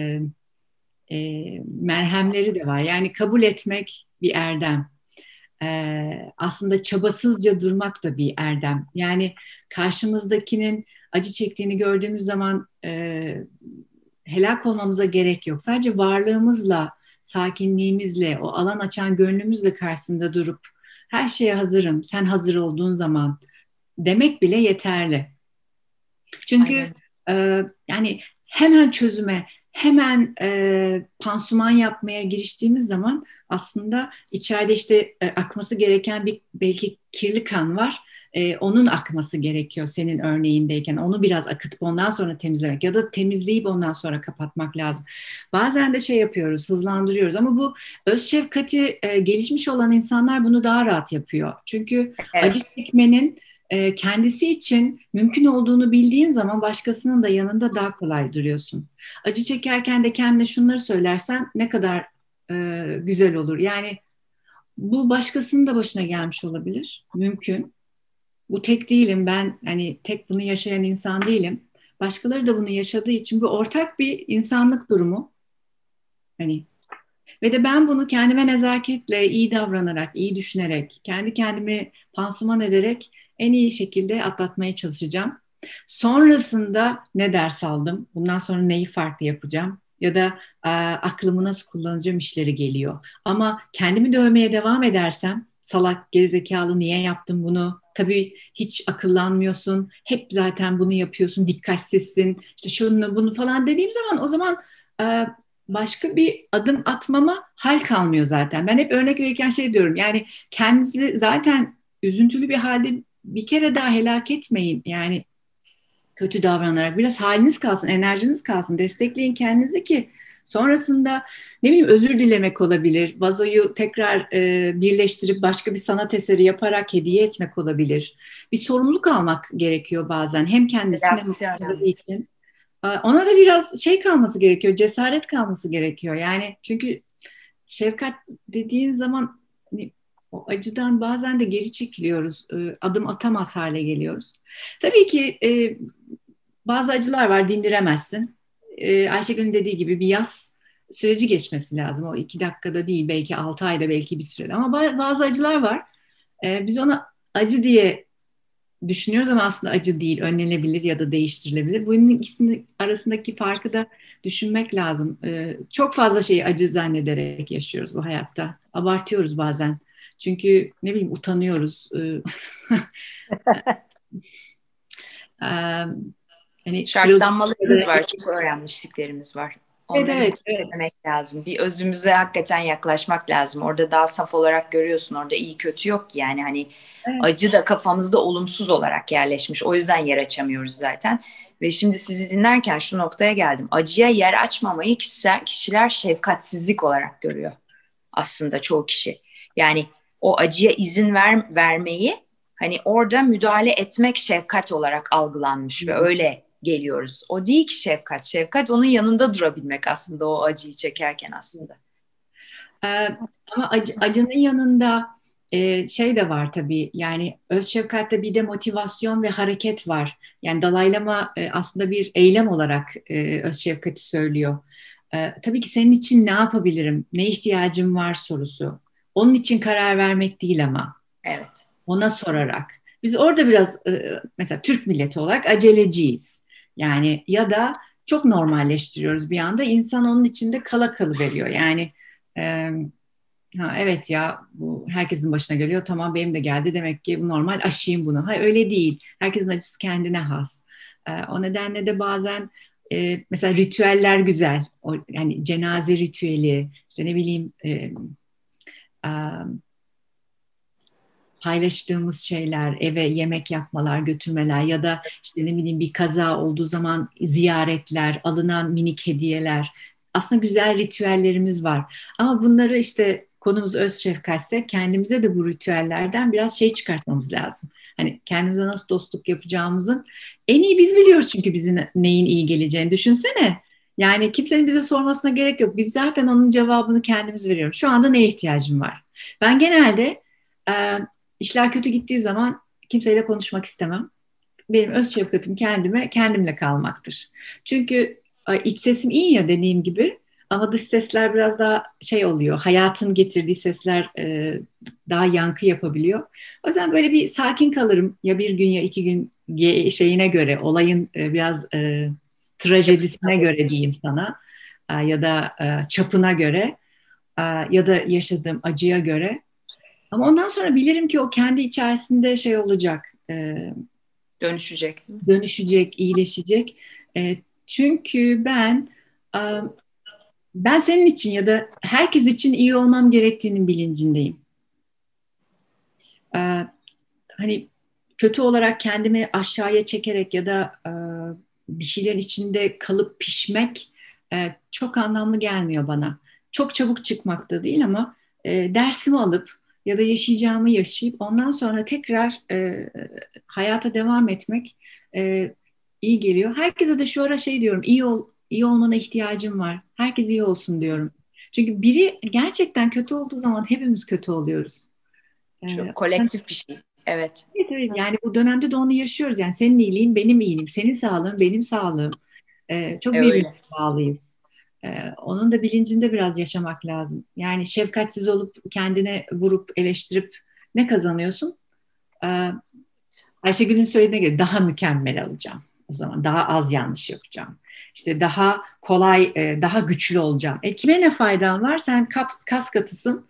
Merhemleri de var. Yani kabul etmek bir erdem. Aslında çabasızca durmak da bir erdem. Yani karşımızdakinin acı çektiğini gördüğümüz zaman helak olmamıza gerek yok. Sadece varlığımızla, sakinliğimizle, o alan açan gönlümüzle karşısında durup her şeye hazırım, sen hazır olduğun zaman demek bile yeterli. Çünkü yani hemen çözüme, hemen pansuman yapmaya giriştiğimiz zaman aslında içeride işte akması gereken bir belki kirli kan var. Onun akması gerekiyor senin örneğindeyken. Onu biraz akıtıp ondan sonra temizlemek ya da temizleyip ondan sonra kapatmak lazım. Bazen de şey yapıyoruz, hızlandırıyoruz ama bu öz şefkati gelişmiş olan insanlar bunu daha rahat yapıyor. Çünkü acı çekmenin kendisi için mümkün olduğunu bildiğin zaman başkasının da yanında daha kolay duruyorsun. Acı çekerken de kendine şunları söylersen ne kadar güzel olur. Yani bu başkasının da başına gelmiş olabilir. Mümkün. Bu tek değilim ben, hani tek bunu yaşayan insan değilim. Başkaları da bunu yaşadığı için bu ortak bir insanlık durumu. Hani ve de ben bunu kendime nezaketle, iyi davranarak, iyi düşünerek, kendi kendimi pansuman ederek en iyi şekilde atlatmaya çalışacağım. Sonrasında ne ders aldım? Bundan sonra neyi farklı yapacağım? Ya da aklımı nasıl kullanacağım işleri geliyor. Ama kendimi dövmeye devam edersem salak, gerizekalı, niye yaptın bunu? Tabii hiç akıllanmıyorsun. Hep zaten bunu yapıyorsun, dikkatsizsin. İşte şunu bunu falan dediğim zaman o zaman başka bir adım atmama hal kalmıyor zaten. Ben hep örnek verirken şey diyorum. Yani kendinizi zaten üzüntülü bir halde bir kere daha helak etmeyin. Yani kötü davranarak biraz haliniz kalsın, enerjiniz kalsın. Destekleyin kendinizi ki sonrasında ne bileyim özür dilemek olabilir. Vazoyu tekrar birleştirip başka bir sanat eseri yaparak hediye etmek olabilir. Bir sorumluluk almak gerekiyor bazen. Hem kendi için hem başkaları için. Ona da biraz şey kalması gerekiyor, cesaret kalması gerekiyor. Yani çünkü şefkat dediğin zaman hani, o acıdan bazen de geri çekiliyoruz, adım atamaz hale geliyoruz. Tabii ki bazı acılar var, dindiremezsin. Ayşegül'ün dediği gibi bir yaz süreci geçmesi lazım. O 2 dakikada değil, belki 6 ayda, belki bir sürede. Ama bazı acılar var. Biz ona acı diye düşünüyoruz ama aslında acı değil, önlenebilir ya da değiştirilebilir. Bunun ikisinin arasındaki farkı da düşünmek lazım. Çok fazla şeyi acı zannederek yaşıyoruz bu hayatta. Abartıyoruz bazen. Çünkü ne bileyim utanıyoruz. Hani şartlanmalarımız var, çok öğrenmişliklerimiz var. Onları evet. bitirmemek lazım. Bir özümüze hakikaten yaklaşmak lazım. Orada daha saf olarak görüyorsun. Orada iyi kötü yok ki. Yani hani acı da kafamızda olumsuz olarak yerleşmiş. O yüzden yer açamıyoruz zaten. Ve şimdi sizi dinlerken şu noktaya geldim. Acıya yer açmamayı kişiler şefkatsizlik olarak görüyor. Aslında çoğu kişi. Yani o acıya izin vermeyi hani orada müdahale etmek şefkat olarak algılanmış ve öyle geliyoruz. O değil ki şefkat. Şefkat onun yanında durabilmek aslında o acıyı çekerken aslında. Ama acının yanında şey de var tabii. Yani öz şefkatte bir de motivasyon ve hareket var. Yani Dalai Lama aslında bir eylem olarak öz şefkati söylüyor. Tabii ki senin için ne yapabilirim, ne ihtiyacım var sorusu. Onun için karar vermek değil ama. Evet. Ona sorarak. Biz orada biraz mesela Türk milleti olarak aceleciyiz. Yani ya da çok normalleştiriyoruz bir anda. İnsan onun içinde kala kalıveriyor. Yani ha, evet ya bu herkesin başına geliyor. Tamam benim de geldi. Demek ki bu normal, aşayım bunu. Hayır öyle değil. Herkesin acısı kendine has. O nedenle de bazen mesela ritüeller güzel. Yani cenaze ritüeli, işte ne bileyim paylaştığımız şeyler, eve yemek yapmalar, götürmeler ya da işte ne bileyim bir kaza olduğu zaman ziyaretler, alınan minik hediyeler. Aslında güzel ritüellerimiz var. Ama bunları işte konumuz öz şefkatse kendimize de bu ritüellerden biraz şey çıkartmamız lazım. Hani kendimize nasıl dostluk yapacağımızın en iyi biz biliyoruz çünkü bizim neyin iyi geleceğini. Düşünsene. Yani kimsenin bize sormasına gerek yok. Biz zaten onun cevabını kendimiz veriyoruz. Şu anda neye ihtiyacım var? Ben genelde İşler kötü gittiği zaman kimseyle konuşmak istemem. Benim öz şefkatim kendimle kalmaktır. Çünkü iç sesim iyi ya dediğim gibi ama dış sesler biraz daha şey oluyor. Hayatın getirdiği sesler daha yankı yapabiliyor. O yüzden böyle bir sakin kalırım. Ya bir gün ya 2 gün şeyine göre, olayın biraz trajedisine göre diyeyim sana. Ya da çapına göre ya da yaşadığım acıya göre. Ama ondan sonra bilirim ki o kendi içerisinde şey olacak, dönüşecek, değil mi? Dönüşecek, iyileşecek. Çünkü ben senin için ya da herkes için iyi olmam gerektiğinin bilincindeyim. Hani kötü olarak kendimi aşağıya çekerek ya da bir şeylerin içinde kalıp pişmek çok anlamlı gelmiyor bana. Çok çabuk çıkmak da değil ama dersimi alıp ya da yaşayacağımı yaşayıp ondan sonra tekrar hayata devam etmek iyi geliyor. Herkese de şu ara şey diyorum, iyi olmana ihtiyacım var. Herkes iyi olsun diyorum. Çünkü biri gerçekten kötü olduğu zaman hepimiz kötü oluyoruz. Çok kolektif bir şey. Evet. Evet. Yani bu dönemde de onu yaşıyoruz. Yani senin iyiliğin benim iyiliğim, senin sağlığın benim sağlığım. Çok birbirine bağlıyız. Onun da bilincinde biraz yaşamak lazım. Yani şefkatsiz olup kendine vurup eleştirip ne kazanıyorsun? Ayşegül'ün söylediğine göre daha mükemmel olacağım. O zaman daha az yanlış yapacağım. İşte daha kolay, daha güçlü olacağım. Kime ne faydan var? Sen kas katısın.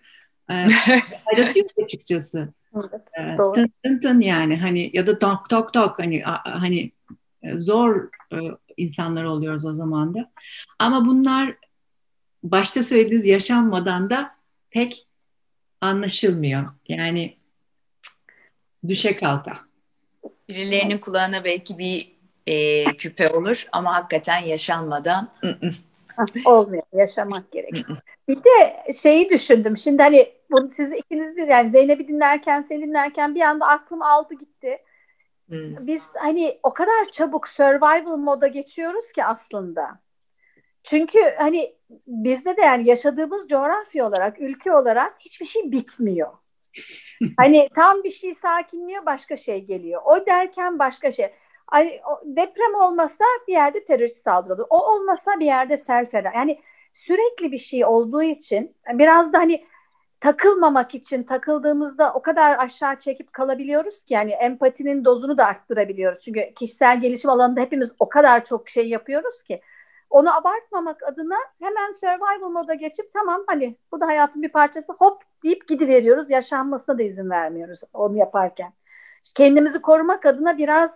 faydası yok açıkçası. Evet, doğru. Tın tın tın yani hani ya da tok tok tok hani zor insanlar oluyoruz o zaman da. Ama bunlar başta söylediğiniz yaşanmadan da pek anlaşılmıyor. Yani düşe kalka. Birilerinin kulağına belki bir küpe olur ama hakikaten yaşanmadan Olmuyor. Yaşamak gerek. Bir de şeyi düşündüm. Şimdi hani bunu siz ikiniz bir yani Zeynep'i dinlerken, seni dinlerken bir anda aklım aldı gitti. Biz hani o kadar çabuk survival moda geçiyoruz ki aslında. Çünkü hani bizde de yani yaşadığımız coğrafya olarak, ülke olarak hiçbir şey bitmiyor. Hani tam bir şey sakinliyor, başka şey geliyor. O derken başka şey. Ay, deprem olmasa bir yerde terörist saldırı olur. O olmasa bir yerde sel falan. Yani sürekli bir şey olduğu için biraz da hani takılmamak için takıldığımızda o kadar aşağı çekip kalabiliyoruz ki yani empatinin dozunu da arttırabiliyoruz. Çünkü kişisel gelişim alanında hepimiz o kadar çok şey yapıyoruz ki onu abartmamak adına hemen survival moda geçip tamam hani bu da hayatın bir parçası hop deyip gidiveriyoruz. Yaşanmasına da izin vermiyoruz onu yaparken. Kendimizi korumak adına biraz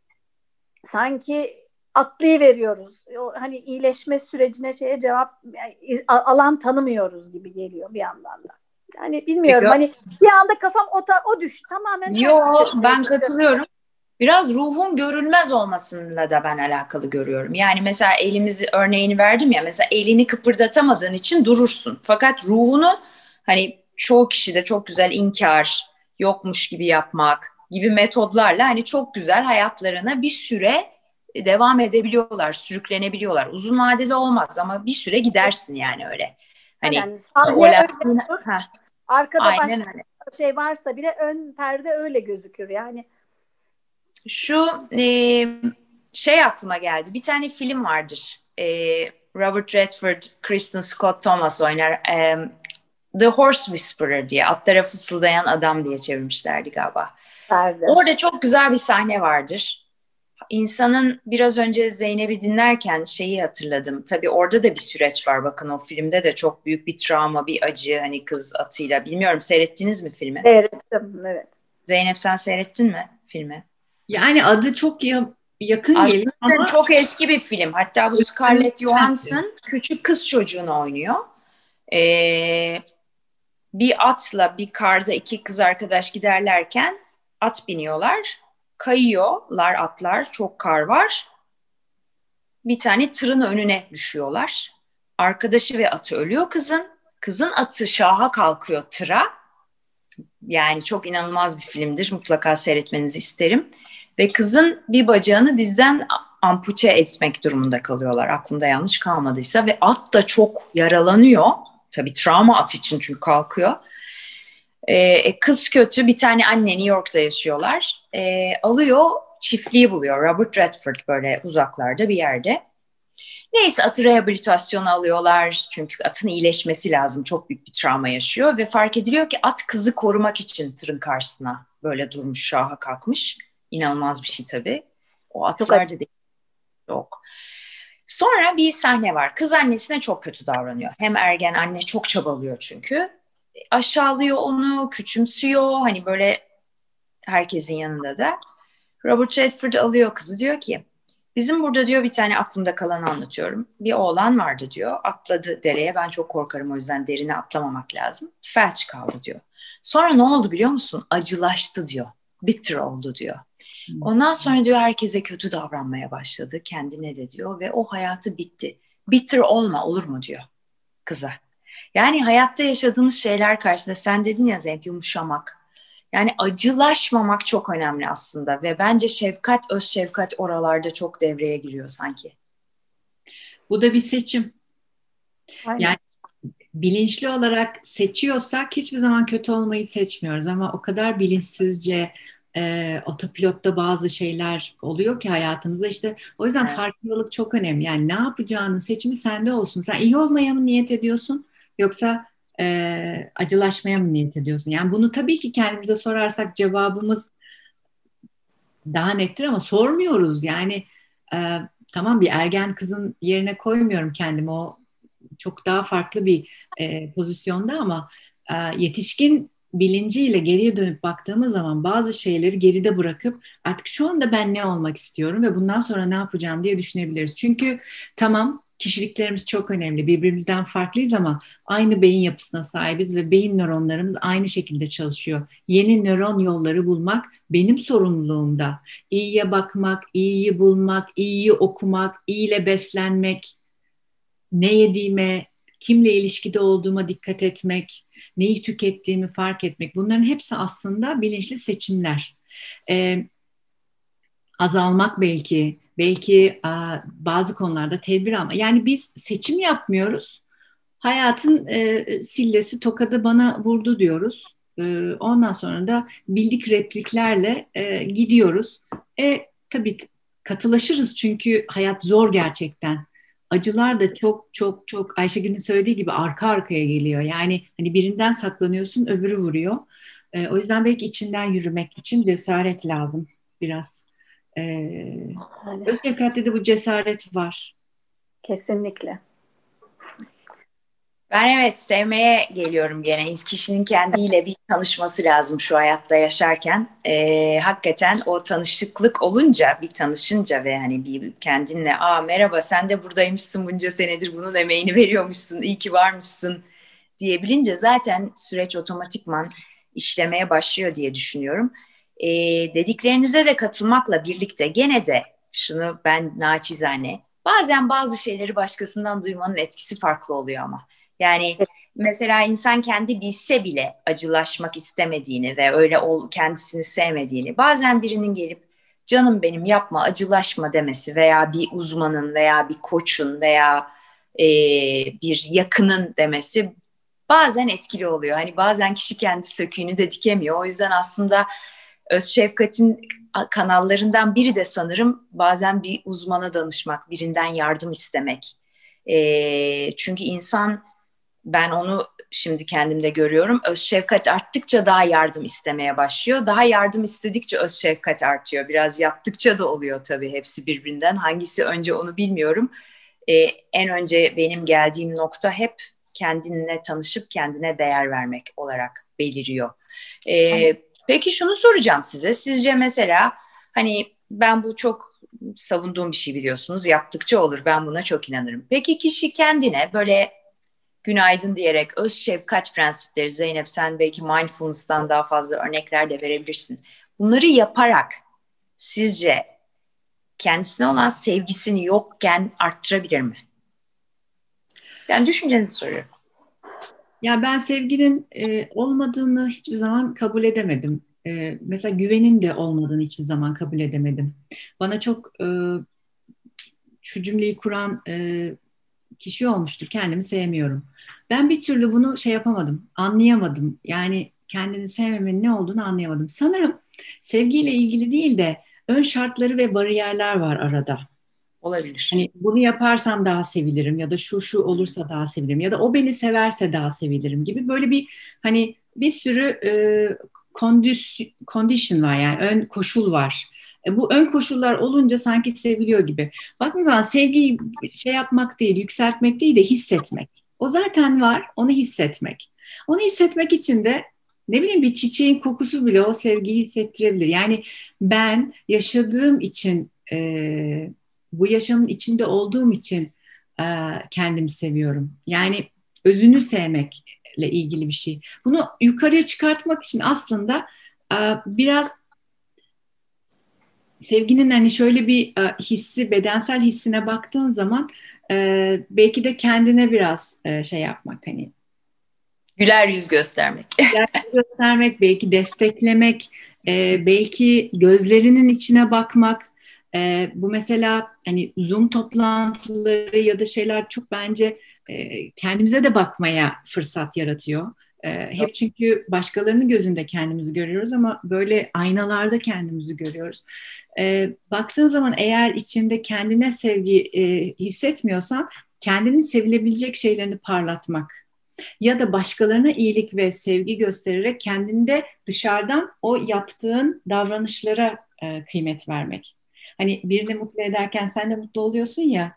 sanki atlayıveriyoruz. Hani iyileşme sürecine cevap yani, alan tanımıyoruz gibi geliyor bir yandan da. Yani bilmiyorum Yok, hani bir anda kafam o düş tamamen yo, ters düşmeye ben gidiyor. katılıyorum. Biraz ruhun görülmez olmasıyla da ben alakalı görüyorum. Yani mesela elimizi örneğini verdim ya, mesela elini kıpırdatamadığın için durursun. Fakat ruhunu hani çoğu kişi de çok güzel inkar, yokmuş gibi yapmak gibi metodlarla hani çok güzel hayatlarına bir süre devam edebiliyorlar, sürüklenebiliyorlar. Uzun vadede olmaz ama bir süre gidersin yani öyle. Hani Yani o sahne öyle lastiğin, olur. heh, Arkada aynen başka öyle. şey varsa bile ön perde öyle gözükür. Yani Şu şey aklıma geldi. Bir tane film vardır. Robert Redford, Kristen Scott Thomas oynar. The Horse Whisperer diye. Atlara fısıldayan adam diye çevirmişlerdi galiba. perde. Orada çok güzel bir sahne vardır. İnsanın biraz önce Zeynep'i dinlerken şeyi hatırladım. Tabii orada da bir süreç var. Bakın o filmde de çok büyük bir travma, bir acı hani kız atıyla. Bilmiyorum, seyrettiniz mi filmi? Seyrettim, evet. Zeynep, sen seyrettin mi filmi? Yani adı çok yakın geliyor Aslında ama çok eski bir film. Hatta bu Scarlett Johansson küçük kız çocuğunu oynuyor. Ee, bir atla bir karda iki kız arkadaş giderlerken at biniyorlar. Kayıyorlar atlar. Çok kar var. Bir tane tırın önüne düşüyorlar. Arkadaşı ve atı ölüyor kızın. Kızın atı şaha kalkıyor tıra. Yani çok inanılmaz bir filmdir. Mutlaka seyretmenizi isterim. Ve kızın bir bacağını dizden ampute etmek durumunda kalıyorlar. Aklımda yanlış kalmadıysa. Ve at da çok yaralanıyor. Tabii travma at için, çünkü kalkıyor. Kız kötü, bir tane anne, New York'ta yaşıyorlar. Alıyor, çiftliği buluyor. Robert Redford böyle uzaklarda bir yerde. Neyse, atı rehabilitasyona alıyorlar. Çünkü atın iyileşmesi lazım. Çok büyük bir travma yaşıyor. Ve fark ediliyor ki at kızı korumak için tırın karşısına böyle durmuş, şaha kalkmış. İnanılmaz bir şey tabii. O Çok atlar da değil. Yok. Sonra bir sahne var. Kız annesine çok kötü davranıyor. Hem ergen anne çok çabalıyor çünkü. Aşağılıyor onu, küçümsüyor. Hani böyle herkesin yanında da. Robert Redford alıyor kızı, diyor ki bizim burada, diyor, bir tane aklımda kalanı anlatıyorum. Bir oğlan vardı, diyor. Atladı dereye. Ben çok korkarım, o yüzden derine atlamamak lazım. Felç kaldı, diyor. Sonra ne oldu biliyor musun? Acılaştı, diyor. Bitter oldu, diyor. Ondan sonra, diyor, herkese kötü davranmaya başladı. Kendine de, diyor, ve o hayatı bitti. Bitter olma, olur mu, diyor kıza. Yani hayatta yaşadığımız şeyler karşısında, sen dedin ya Zeynep, yumuşamak. Yani acılaşmamak çok önemli aslında ve bence şefkat, öz şefkat oralarda çok devreye giriyor sanki. bu da bir seçim. Aynen. Yani bilinçli olarak seçiyorsak hiçbir zaman kötü olmayı seçmiyoruz ama o kadar bilinçsizce otopilotta bazı şeyler oluyor ki hayatımızda, işte o yüzden Evet. farkındalık çok önemli. Yani ne yapacağının seçimi sende olsun. Sen iyi olmaya mı niyet ediyorsun yoksa acılaşmaya mı niyet ediyorsun? Yani bunu tabii ki kendimize sorarsak cevabımız daha nettir ama sormuyoruz. Yani tamam, bir ergen kızın yerine koymuyorum kendimi, o çok daha farklı bir pozisyonda ama yetişkin bilinciyle geriye dönüp baktığımız zaman bazı şeyleri geride bırakıp artık şu anda ben ne olmak istiyorum ve bundan sonra ne yapacağım diye düşünebiliriz. Çünkü tamam, kişiliklerimiz çok önemli. Birbirimizden farklıyız ama aynı beyin yapısına sahibiz ve beyin nöronlarımız aynı şekilde çalışıyor. Yeni nöron yolları bulmak benim sorumluluğumda. İyiye bakmak, iyiyi bulmak, iyiyi okumak, iyiyle beslenmek, ne yediğime, kimle ilişkide olduğuma dikkat etmek, neyi tükettiğimi fark etmek. Bunların hepsi aslında bilinçli seçimler. Azalmak belki bazı konularda tedbir almak. Yani biz seçim yapmıyoruz. Hayatın sillesi tokadı bana vurdu diyoruz. Ondan sonra da bildik repliklerle gidiyoruz. Tabii katılaşırız çünkü hayat zor gerçekten. Acılar da çok çok çok Ayşegül'ün söylediği gibi arka arkaya geliyor. Yani hani birinden saklanıyorsun, öbürü vuruyor. O yüzden belki içinden yürümek için cesaret lazım biraz. Öz şefkatte de bu cesaret var. Kesinlikle. Ben evet sevmeye geliyorum gene. Kişinin kendiyle bir tanışması lazım şu hayatta yaşarken. Hakikaten o tanışıklık olunca, bir tanışınca ve hani bir kendinle merhaba sen de buradaymışsın bunca senedir bunun emeğini veriyormuşsun, iyi ki varmışsın diyebilince zaten süreç otomatikman işlemeye başlıyor diye düşünüyorum. Dediklerinize de katılmakla birlikte gene de şunu ben naçizane bazen bazı şeyleri başkasından duymanın etkisi farklı oluyor ama. Yani mesela insan kendi bilse bile acılaşmak istemediğini ve öyle kendisini sevmediğini bazen birinin gelip canım benim yapma acılaşma demesi veya bir uzmanın veya bir koçun veya bir yakının demesi bazen etkili oluyor. Hani bazen kişi kendi söküğünü de dikemiyor. O yüzden aslında öz şefkatin kanallarından biri de sanırım bazen bir uzmana danışmak, birinden yardım istemek. Çünkü insan ben onu şimdi kendimde görüyorum. Öz şefkat arttıkça daha yardım istemeye başlıyor. Daha yardım istedikçe öz şefkat artıyor. Biraz yaptıkça da oluyor tabii hepsi birbirinden. Hangisi önce onu bilmiyorum. En önce benim geldiğim nokta hep kendinle tanışıp kendine değer vermek olarak beliriyor. Peki şunu soracağım size. Sizce mesela hani ben bu çok savunduğum bir şey biliyorsunuz. Yaptıkça olur. Ben buna çok inanırım. Peki kişi kendine böyle günaydın diyerek öz şefkat prensipleri Zeynep sen belki mindfulness'tan daha fazla örnekler de verebilirsin. Bunları yaparak sizce kendisine olan sevgisini yokken arttırabilir mi? Yani düşüncenizi soruyorum. Ya ben sevginin olmadığını hiçbir zaman kabul edemedim. Mesela güvenin de olmadığını hiçbir zaman kabul edemedim. Bana çok şu cümleyi kuran kişi olmuştur. Kendimi sevmiyorum. Ben bir türlü bunu şey yapamadım, anlayamadım. Yani kendini sevmemenin ne olduğunu anlayamadım. Sanırım sevgiyle ilgili değil de ön şartları ve bariyerler var arada. Olabilir. Hani bunu yaparsam daha sevilirim ya da şu olursa daha sevilirim ya da o beni severse daha sevilirim gibi böyle bir hani bir sürü condition var yani ön koşul var. Bu ön koşullar olunca sanki seviliyor gibi. Baktığım zaman sevgiyi şey yapmak değil, yükseltmek değil de hissetmek. O zaten var, onu hissetmek. Onu hissetmek için de ne bileyim bir çiçeğin kokusu bile o sevgiyi hissettirebilir. Yani ben yaşadığım için bu yaşamın içinde olduğum için kendimi seviyorum. Yani özünü sevmekle ilgili bir şey. Bunu yukarıya çıkartmak için aslında biraz sevginin hani şöyle bir hissi, bedensel hissine baktığın zaman belki de kendine biraz şey yapmak hani güler yüz göstermek. güler yüz göstermek, belki desteklemek, belki gözlerinin içine bakmak. Bu mesela hani Zoom toplantıları ya da şeyler çok bence kendimize de bakmaya fırsat yaratıyor. Hep çünkü başkalarının gözünde kendimizi görüyoruz ama böyle aynalarda kendimizi görüyoruz. Baktığın zaman eğer içinde kendine sevgi hissetmiyorsan kendinin sevilebilecek şeylerini parlatmak ya da başkalarına iyilik ve sevgi göstererek kendinde dışarıdan o yaptığın davranışlara kıymet vermek. Hani birini mutlu ederken sen de mutlu oluyorsun ya,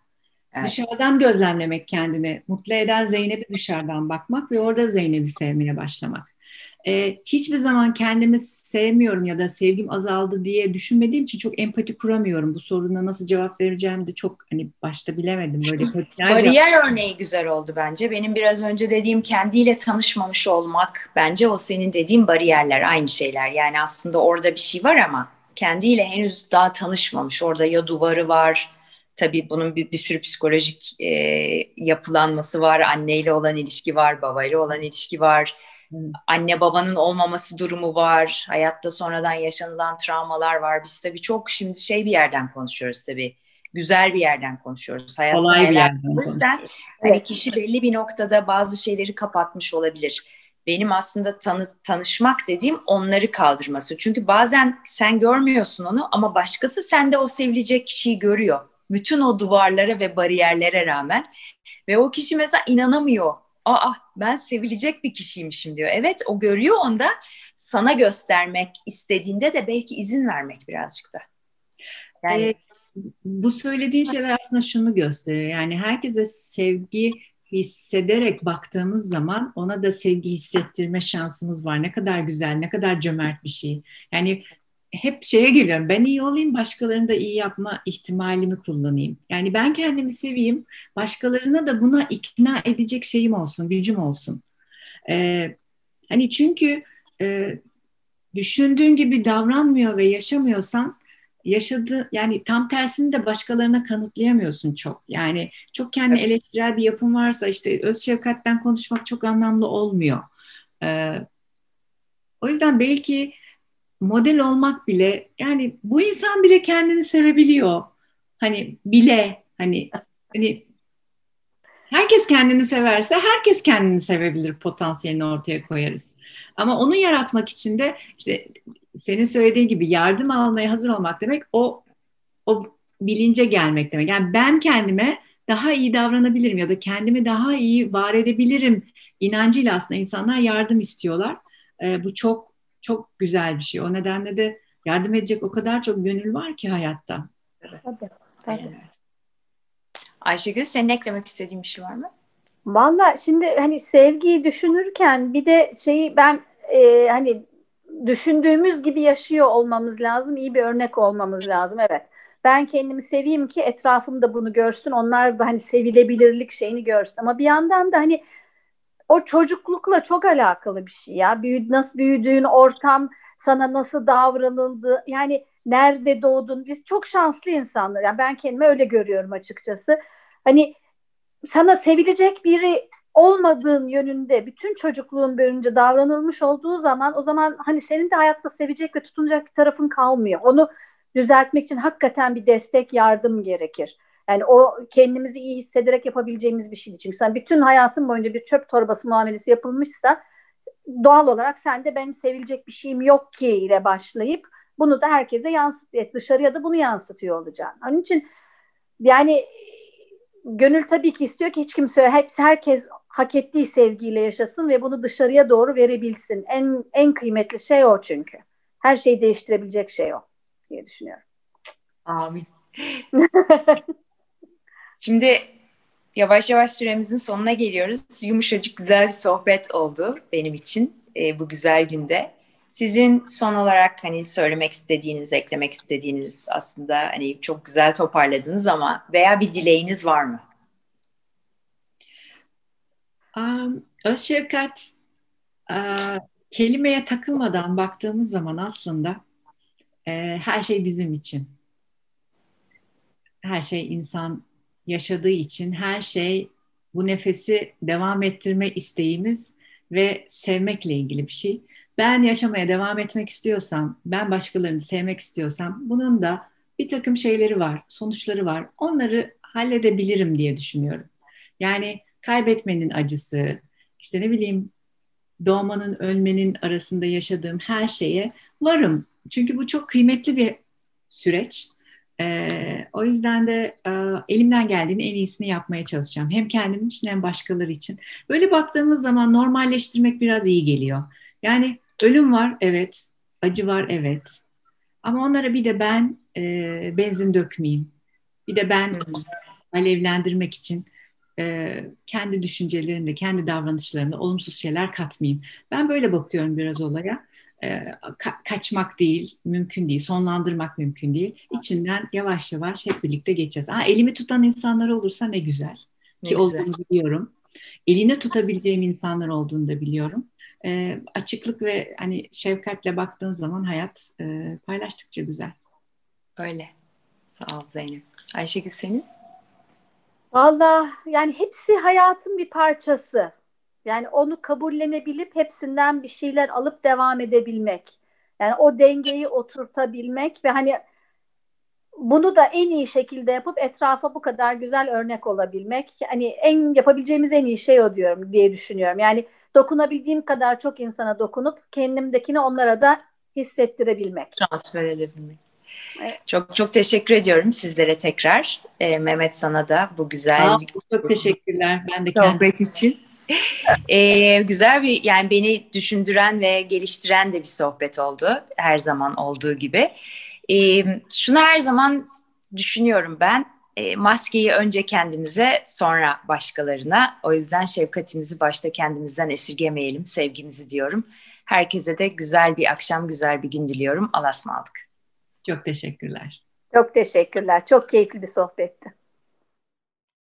Evet. Dışarıdan gözlemlemek kendini, mutlu eden Zeynep'i dışarıdan bakmak ve orada Zeynep'i sevmeye başlamak. Hiçbir zaman kendimi sevmiyorum ya da sevgim azaldı diye düşünmediğim için çok empati kuramıyorum. Bu soruna nasıl cevap vereceğimi de çok hani başta bilemedim. Böyle bariyer örneği güzel oldu bence. Benim biraz önce dediğim kendiyle tanışmamış olmak, bence o senin dediğin bariyerler, aynı şeyler. Yani aslında orada bir şey var ama kendiyle henüz daha tanışmamış. Orada ya duvarı var, tabii bunun bir sürü psikolojik yapılanması var. Anneyle olan ilişki var, babayla olan ilişki var. Anne babanın olmaması durumu var. Hayatta sonradan yaşanılan travmalar var. Biz tabii çok şimdi bir yerden konuşuyoruz tabii. Güzel bir yerden konuşuyoruz. Hayatta kolay bir neler. yerden O yüzden hani kişi belli bir noktada bazı şeyleri kapatmış olabilir. Benim aslında tanışmak dediğim onları kaldırması. Çünkü bazen sen görmüyorsun onu ama başkası sende o sevilecek kişiyi görüyor. Bütün o duvarlara ve bariyerlere rağmen. Ve o kişi mesela inanamıyor. Aa, ben sevilecek bir kişiymişim diyor. Evet, o görüyor onda. Sana göstermek istediğinde de belki izin vermek birazcık da. Yani Bu söylediğin şeyler aslında şunu gösteriyor. Yani herkese sevgi hissederek baktığımız zaman ona da sevgi hissettirme şansımız var. Ne kadar güzel, ne kadar cömert bir şey. Yani hep şeye geliyorum. Ben iyi olayım, başkalarını da iyi yapma ihtimalimi kullanayım. Yani ben kendimi seveyim, başkalarına da buna ikna edecek şeyim olsun, gücüm olsun. Hani çünkü e, düşündüğün gibi davranmıyor ve yaşamıyorsan yani tam tersini de başkalarına kanıtlayamıyorsun çok. Yani çok kendi eleştirel bir yapın varsa işte öz şefkatten konuşmak çok anlamlı olmuyor. Ee, O yüzden belki model olmak bile yani bu insan bile kendini sevebiliyor. Hani herkes kendini severse herkes kendini sevebilir potansiyelini ortaya koyarız. Ama onu yaratmak için de işte senin söylediğin gibi yardım almaya hazır olmak demek o bilince gelmek demek. Yani ben kendime daha iyi davranabilirim ya da kendimi daha iyi var edebilirim inancıyla aslında insanlar yardım istiyorlar. Bu çok çok güzel bir şey. O nedenle de yardım edecek o kadar çok gönül var ki hayatta. Tabii, tabii. Ayşegül, senin eklemek istediğin bir şey var mı? Valla şimdi hani sevgiyi düşünürken bir de ben hani düşündüğümüz gibi yaşıyor olmamız lazım. İyi bir örnek olmamız lazım. Evet. Ben kendimi seveyim ki etrafım da bunu görsün. Onlar da hani sevilebilirlik şeyini görsün. Ama bir yandan da hani o çocuklukla çok alakalı bir şey ya. Nasıl büyüdüğün ortam, sana nasıl davranıldı. Yani nerede doğdun. Biz çok şanslı insanlar. Yani ben kendimi öyle görüyorum açıkçası. Hani sana sevilecek biri olmadığın yönünde bütün çocukluğun boyunca davranılmış olduğu zaman o zaman hani senin de hayatta sevecek ve tutunacak bir tarafın kalmıyor. Onu düzeltmek için hakikaten bir destek, yardım gerekir. Yani o kendimizi iyi hissederek yapabileceğimiz bir şey değil. Çünkü sen bütün hayatın boyunca bir çöp torbası muamelesi yapılmışsa doğal olarak sen de benim sevilecek bir şeyim yok ki ile başlayıp bunu da herkese dışarıya da bunu yansıtıyor olacaksın. Onun için yani gönül tabii ki istiyor ki hiç kimse, herkes hak ettiği sevgiyle yaşasın ve bunu dışarıya doğru verebilsin. En kıymetli şey o çünkü. Her şeyi değiştirebilecek şey o diye düşünüyorum. Amin. Şimdi yavaş yavaş süremizin sonuna geliyoruz. Yumuşacık güzel bir sohbet oldu benim için bu güzel günde. Sizin son olarak hani söylemek istediğiniz, eklemek istediğiniz, aslında hani çok güzel toparladınız ama veya bir dileğiniz var mı? Öz şefkat kelimeye takılmadan baktığımız zaman aslında her şey bizim için. Her şey insan yaşadığı için, her şey bu nefesi devam ettirme isteğimiz ve sevmekle ilgili bir şey. Ben yaşamaya devam etmek istiyorsam, ben başkalarını sevmek istiyorsam bunun da bir takım şeyleri var, sonuçları var. Onları halledebilirim diye düşünüyorum. Yani kaybetmenin acısı, işte ne bileyim doğmanın, ölmenin arasında yaşadığım her şeye varım. Çünkü bu çok kıymetli bir süreç. O yüzden de elimden geldiğini en iyisini yapmaya çalışacağım. Hem kendim için hem başkaları için. Böyle baktığımız zaman normalleştirmek biraz iyi geliyor. Yani ölüm var, evet. Acı var, evet. Ama onlara bir de ben benzin dökmeyeyim. Bir de ben alevlendirmek için kendi düşüncelerimle, kendi davranışlarımla olumsuz şeyler katmayayım. Ben böyle bakıyorum biraz olaya. Kaçmak değil, mümkün değil. Sonlandırmak mümkün değil. İçinden yavaş yavaş hep birlikte geçeceğiz. Elimi tutan insanlar olursa ne güzel. Ne Ki güzel. olduğunu biliyorum. Elini tutabileceğim insanlar olduğunu da biliyorum. Açıklık ve hani şefkatle baktığın zaman hayat paylaştıkça güzel. Öyle. Sağ ol Zeynep. Ayşegül senin? Vallahi yani hepsi hayatın bir parçası. Yani onu kabullenebilip hepsinden bir şeyler alıp devam edebilmek. Yani o dengeyi oturtabilmek ve hani bunu da en iyi şekilde yapıp etrafa bu kadar güzel örnek olabilmek. Hani yapabileceğimiz en iyi şey o diyorum diye düşünüyorum. Yani dokunabildiğim kadar çok insana dokunup kendimdekini onlara da hissettirebilmek. Transfer edebilmek. Evet. Çok çok teşekkür ediyorum sizlere tekrar. Mehmet, sana da bu güzel Çok teşekkürler. Ben de sohbet için. Güzel bir, yani beni düşündüren ve geliştiren de bir sohbet oldu. Her zaman olduğu gibi. Şunu her zaman düşünüyorum ben. Maskeyi önce kendimize, sonra başkalarına. O yüzden şefkatimizi başta kendimizden esirgemeyelim, sevgimizi diyorum. Herkese de güzel bir akşam, güzel bir gün diliyorum. Allah'a ısmarladık. Çok teşekkürler. Çok teşekkürler. Çok keyifli bir sohbetti.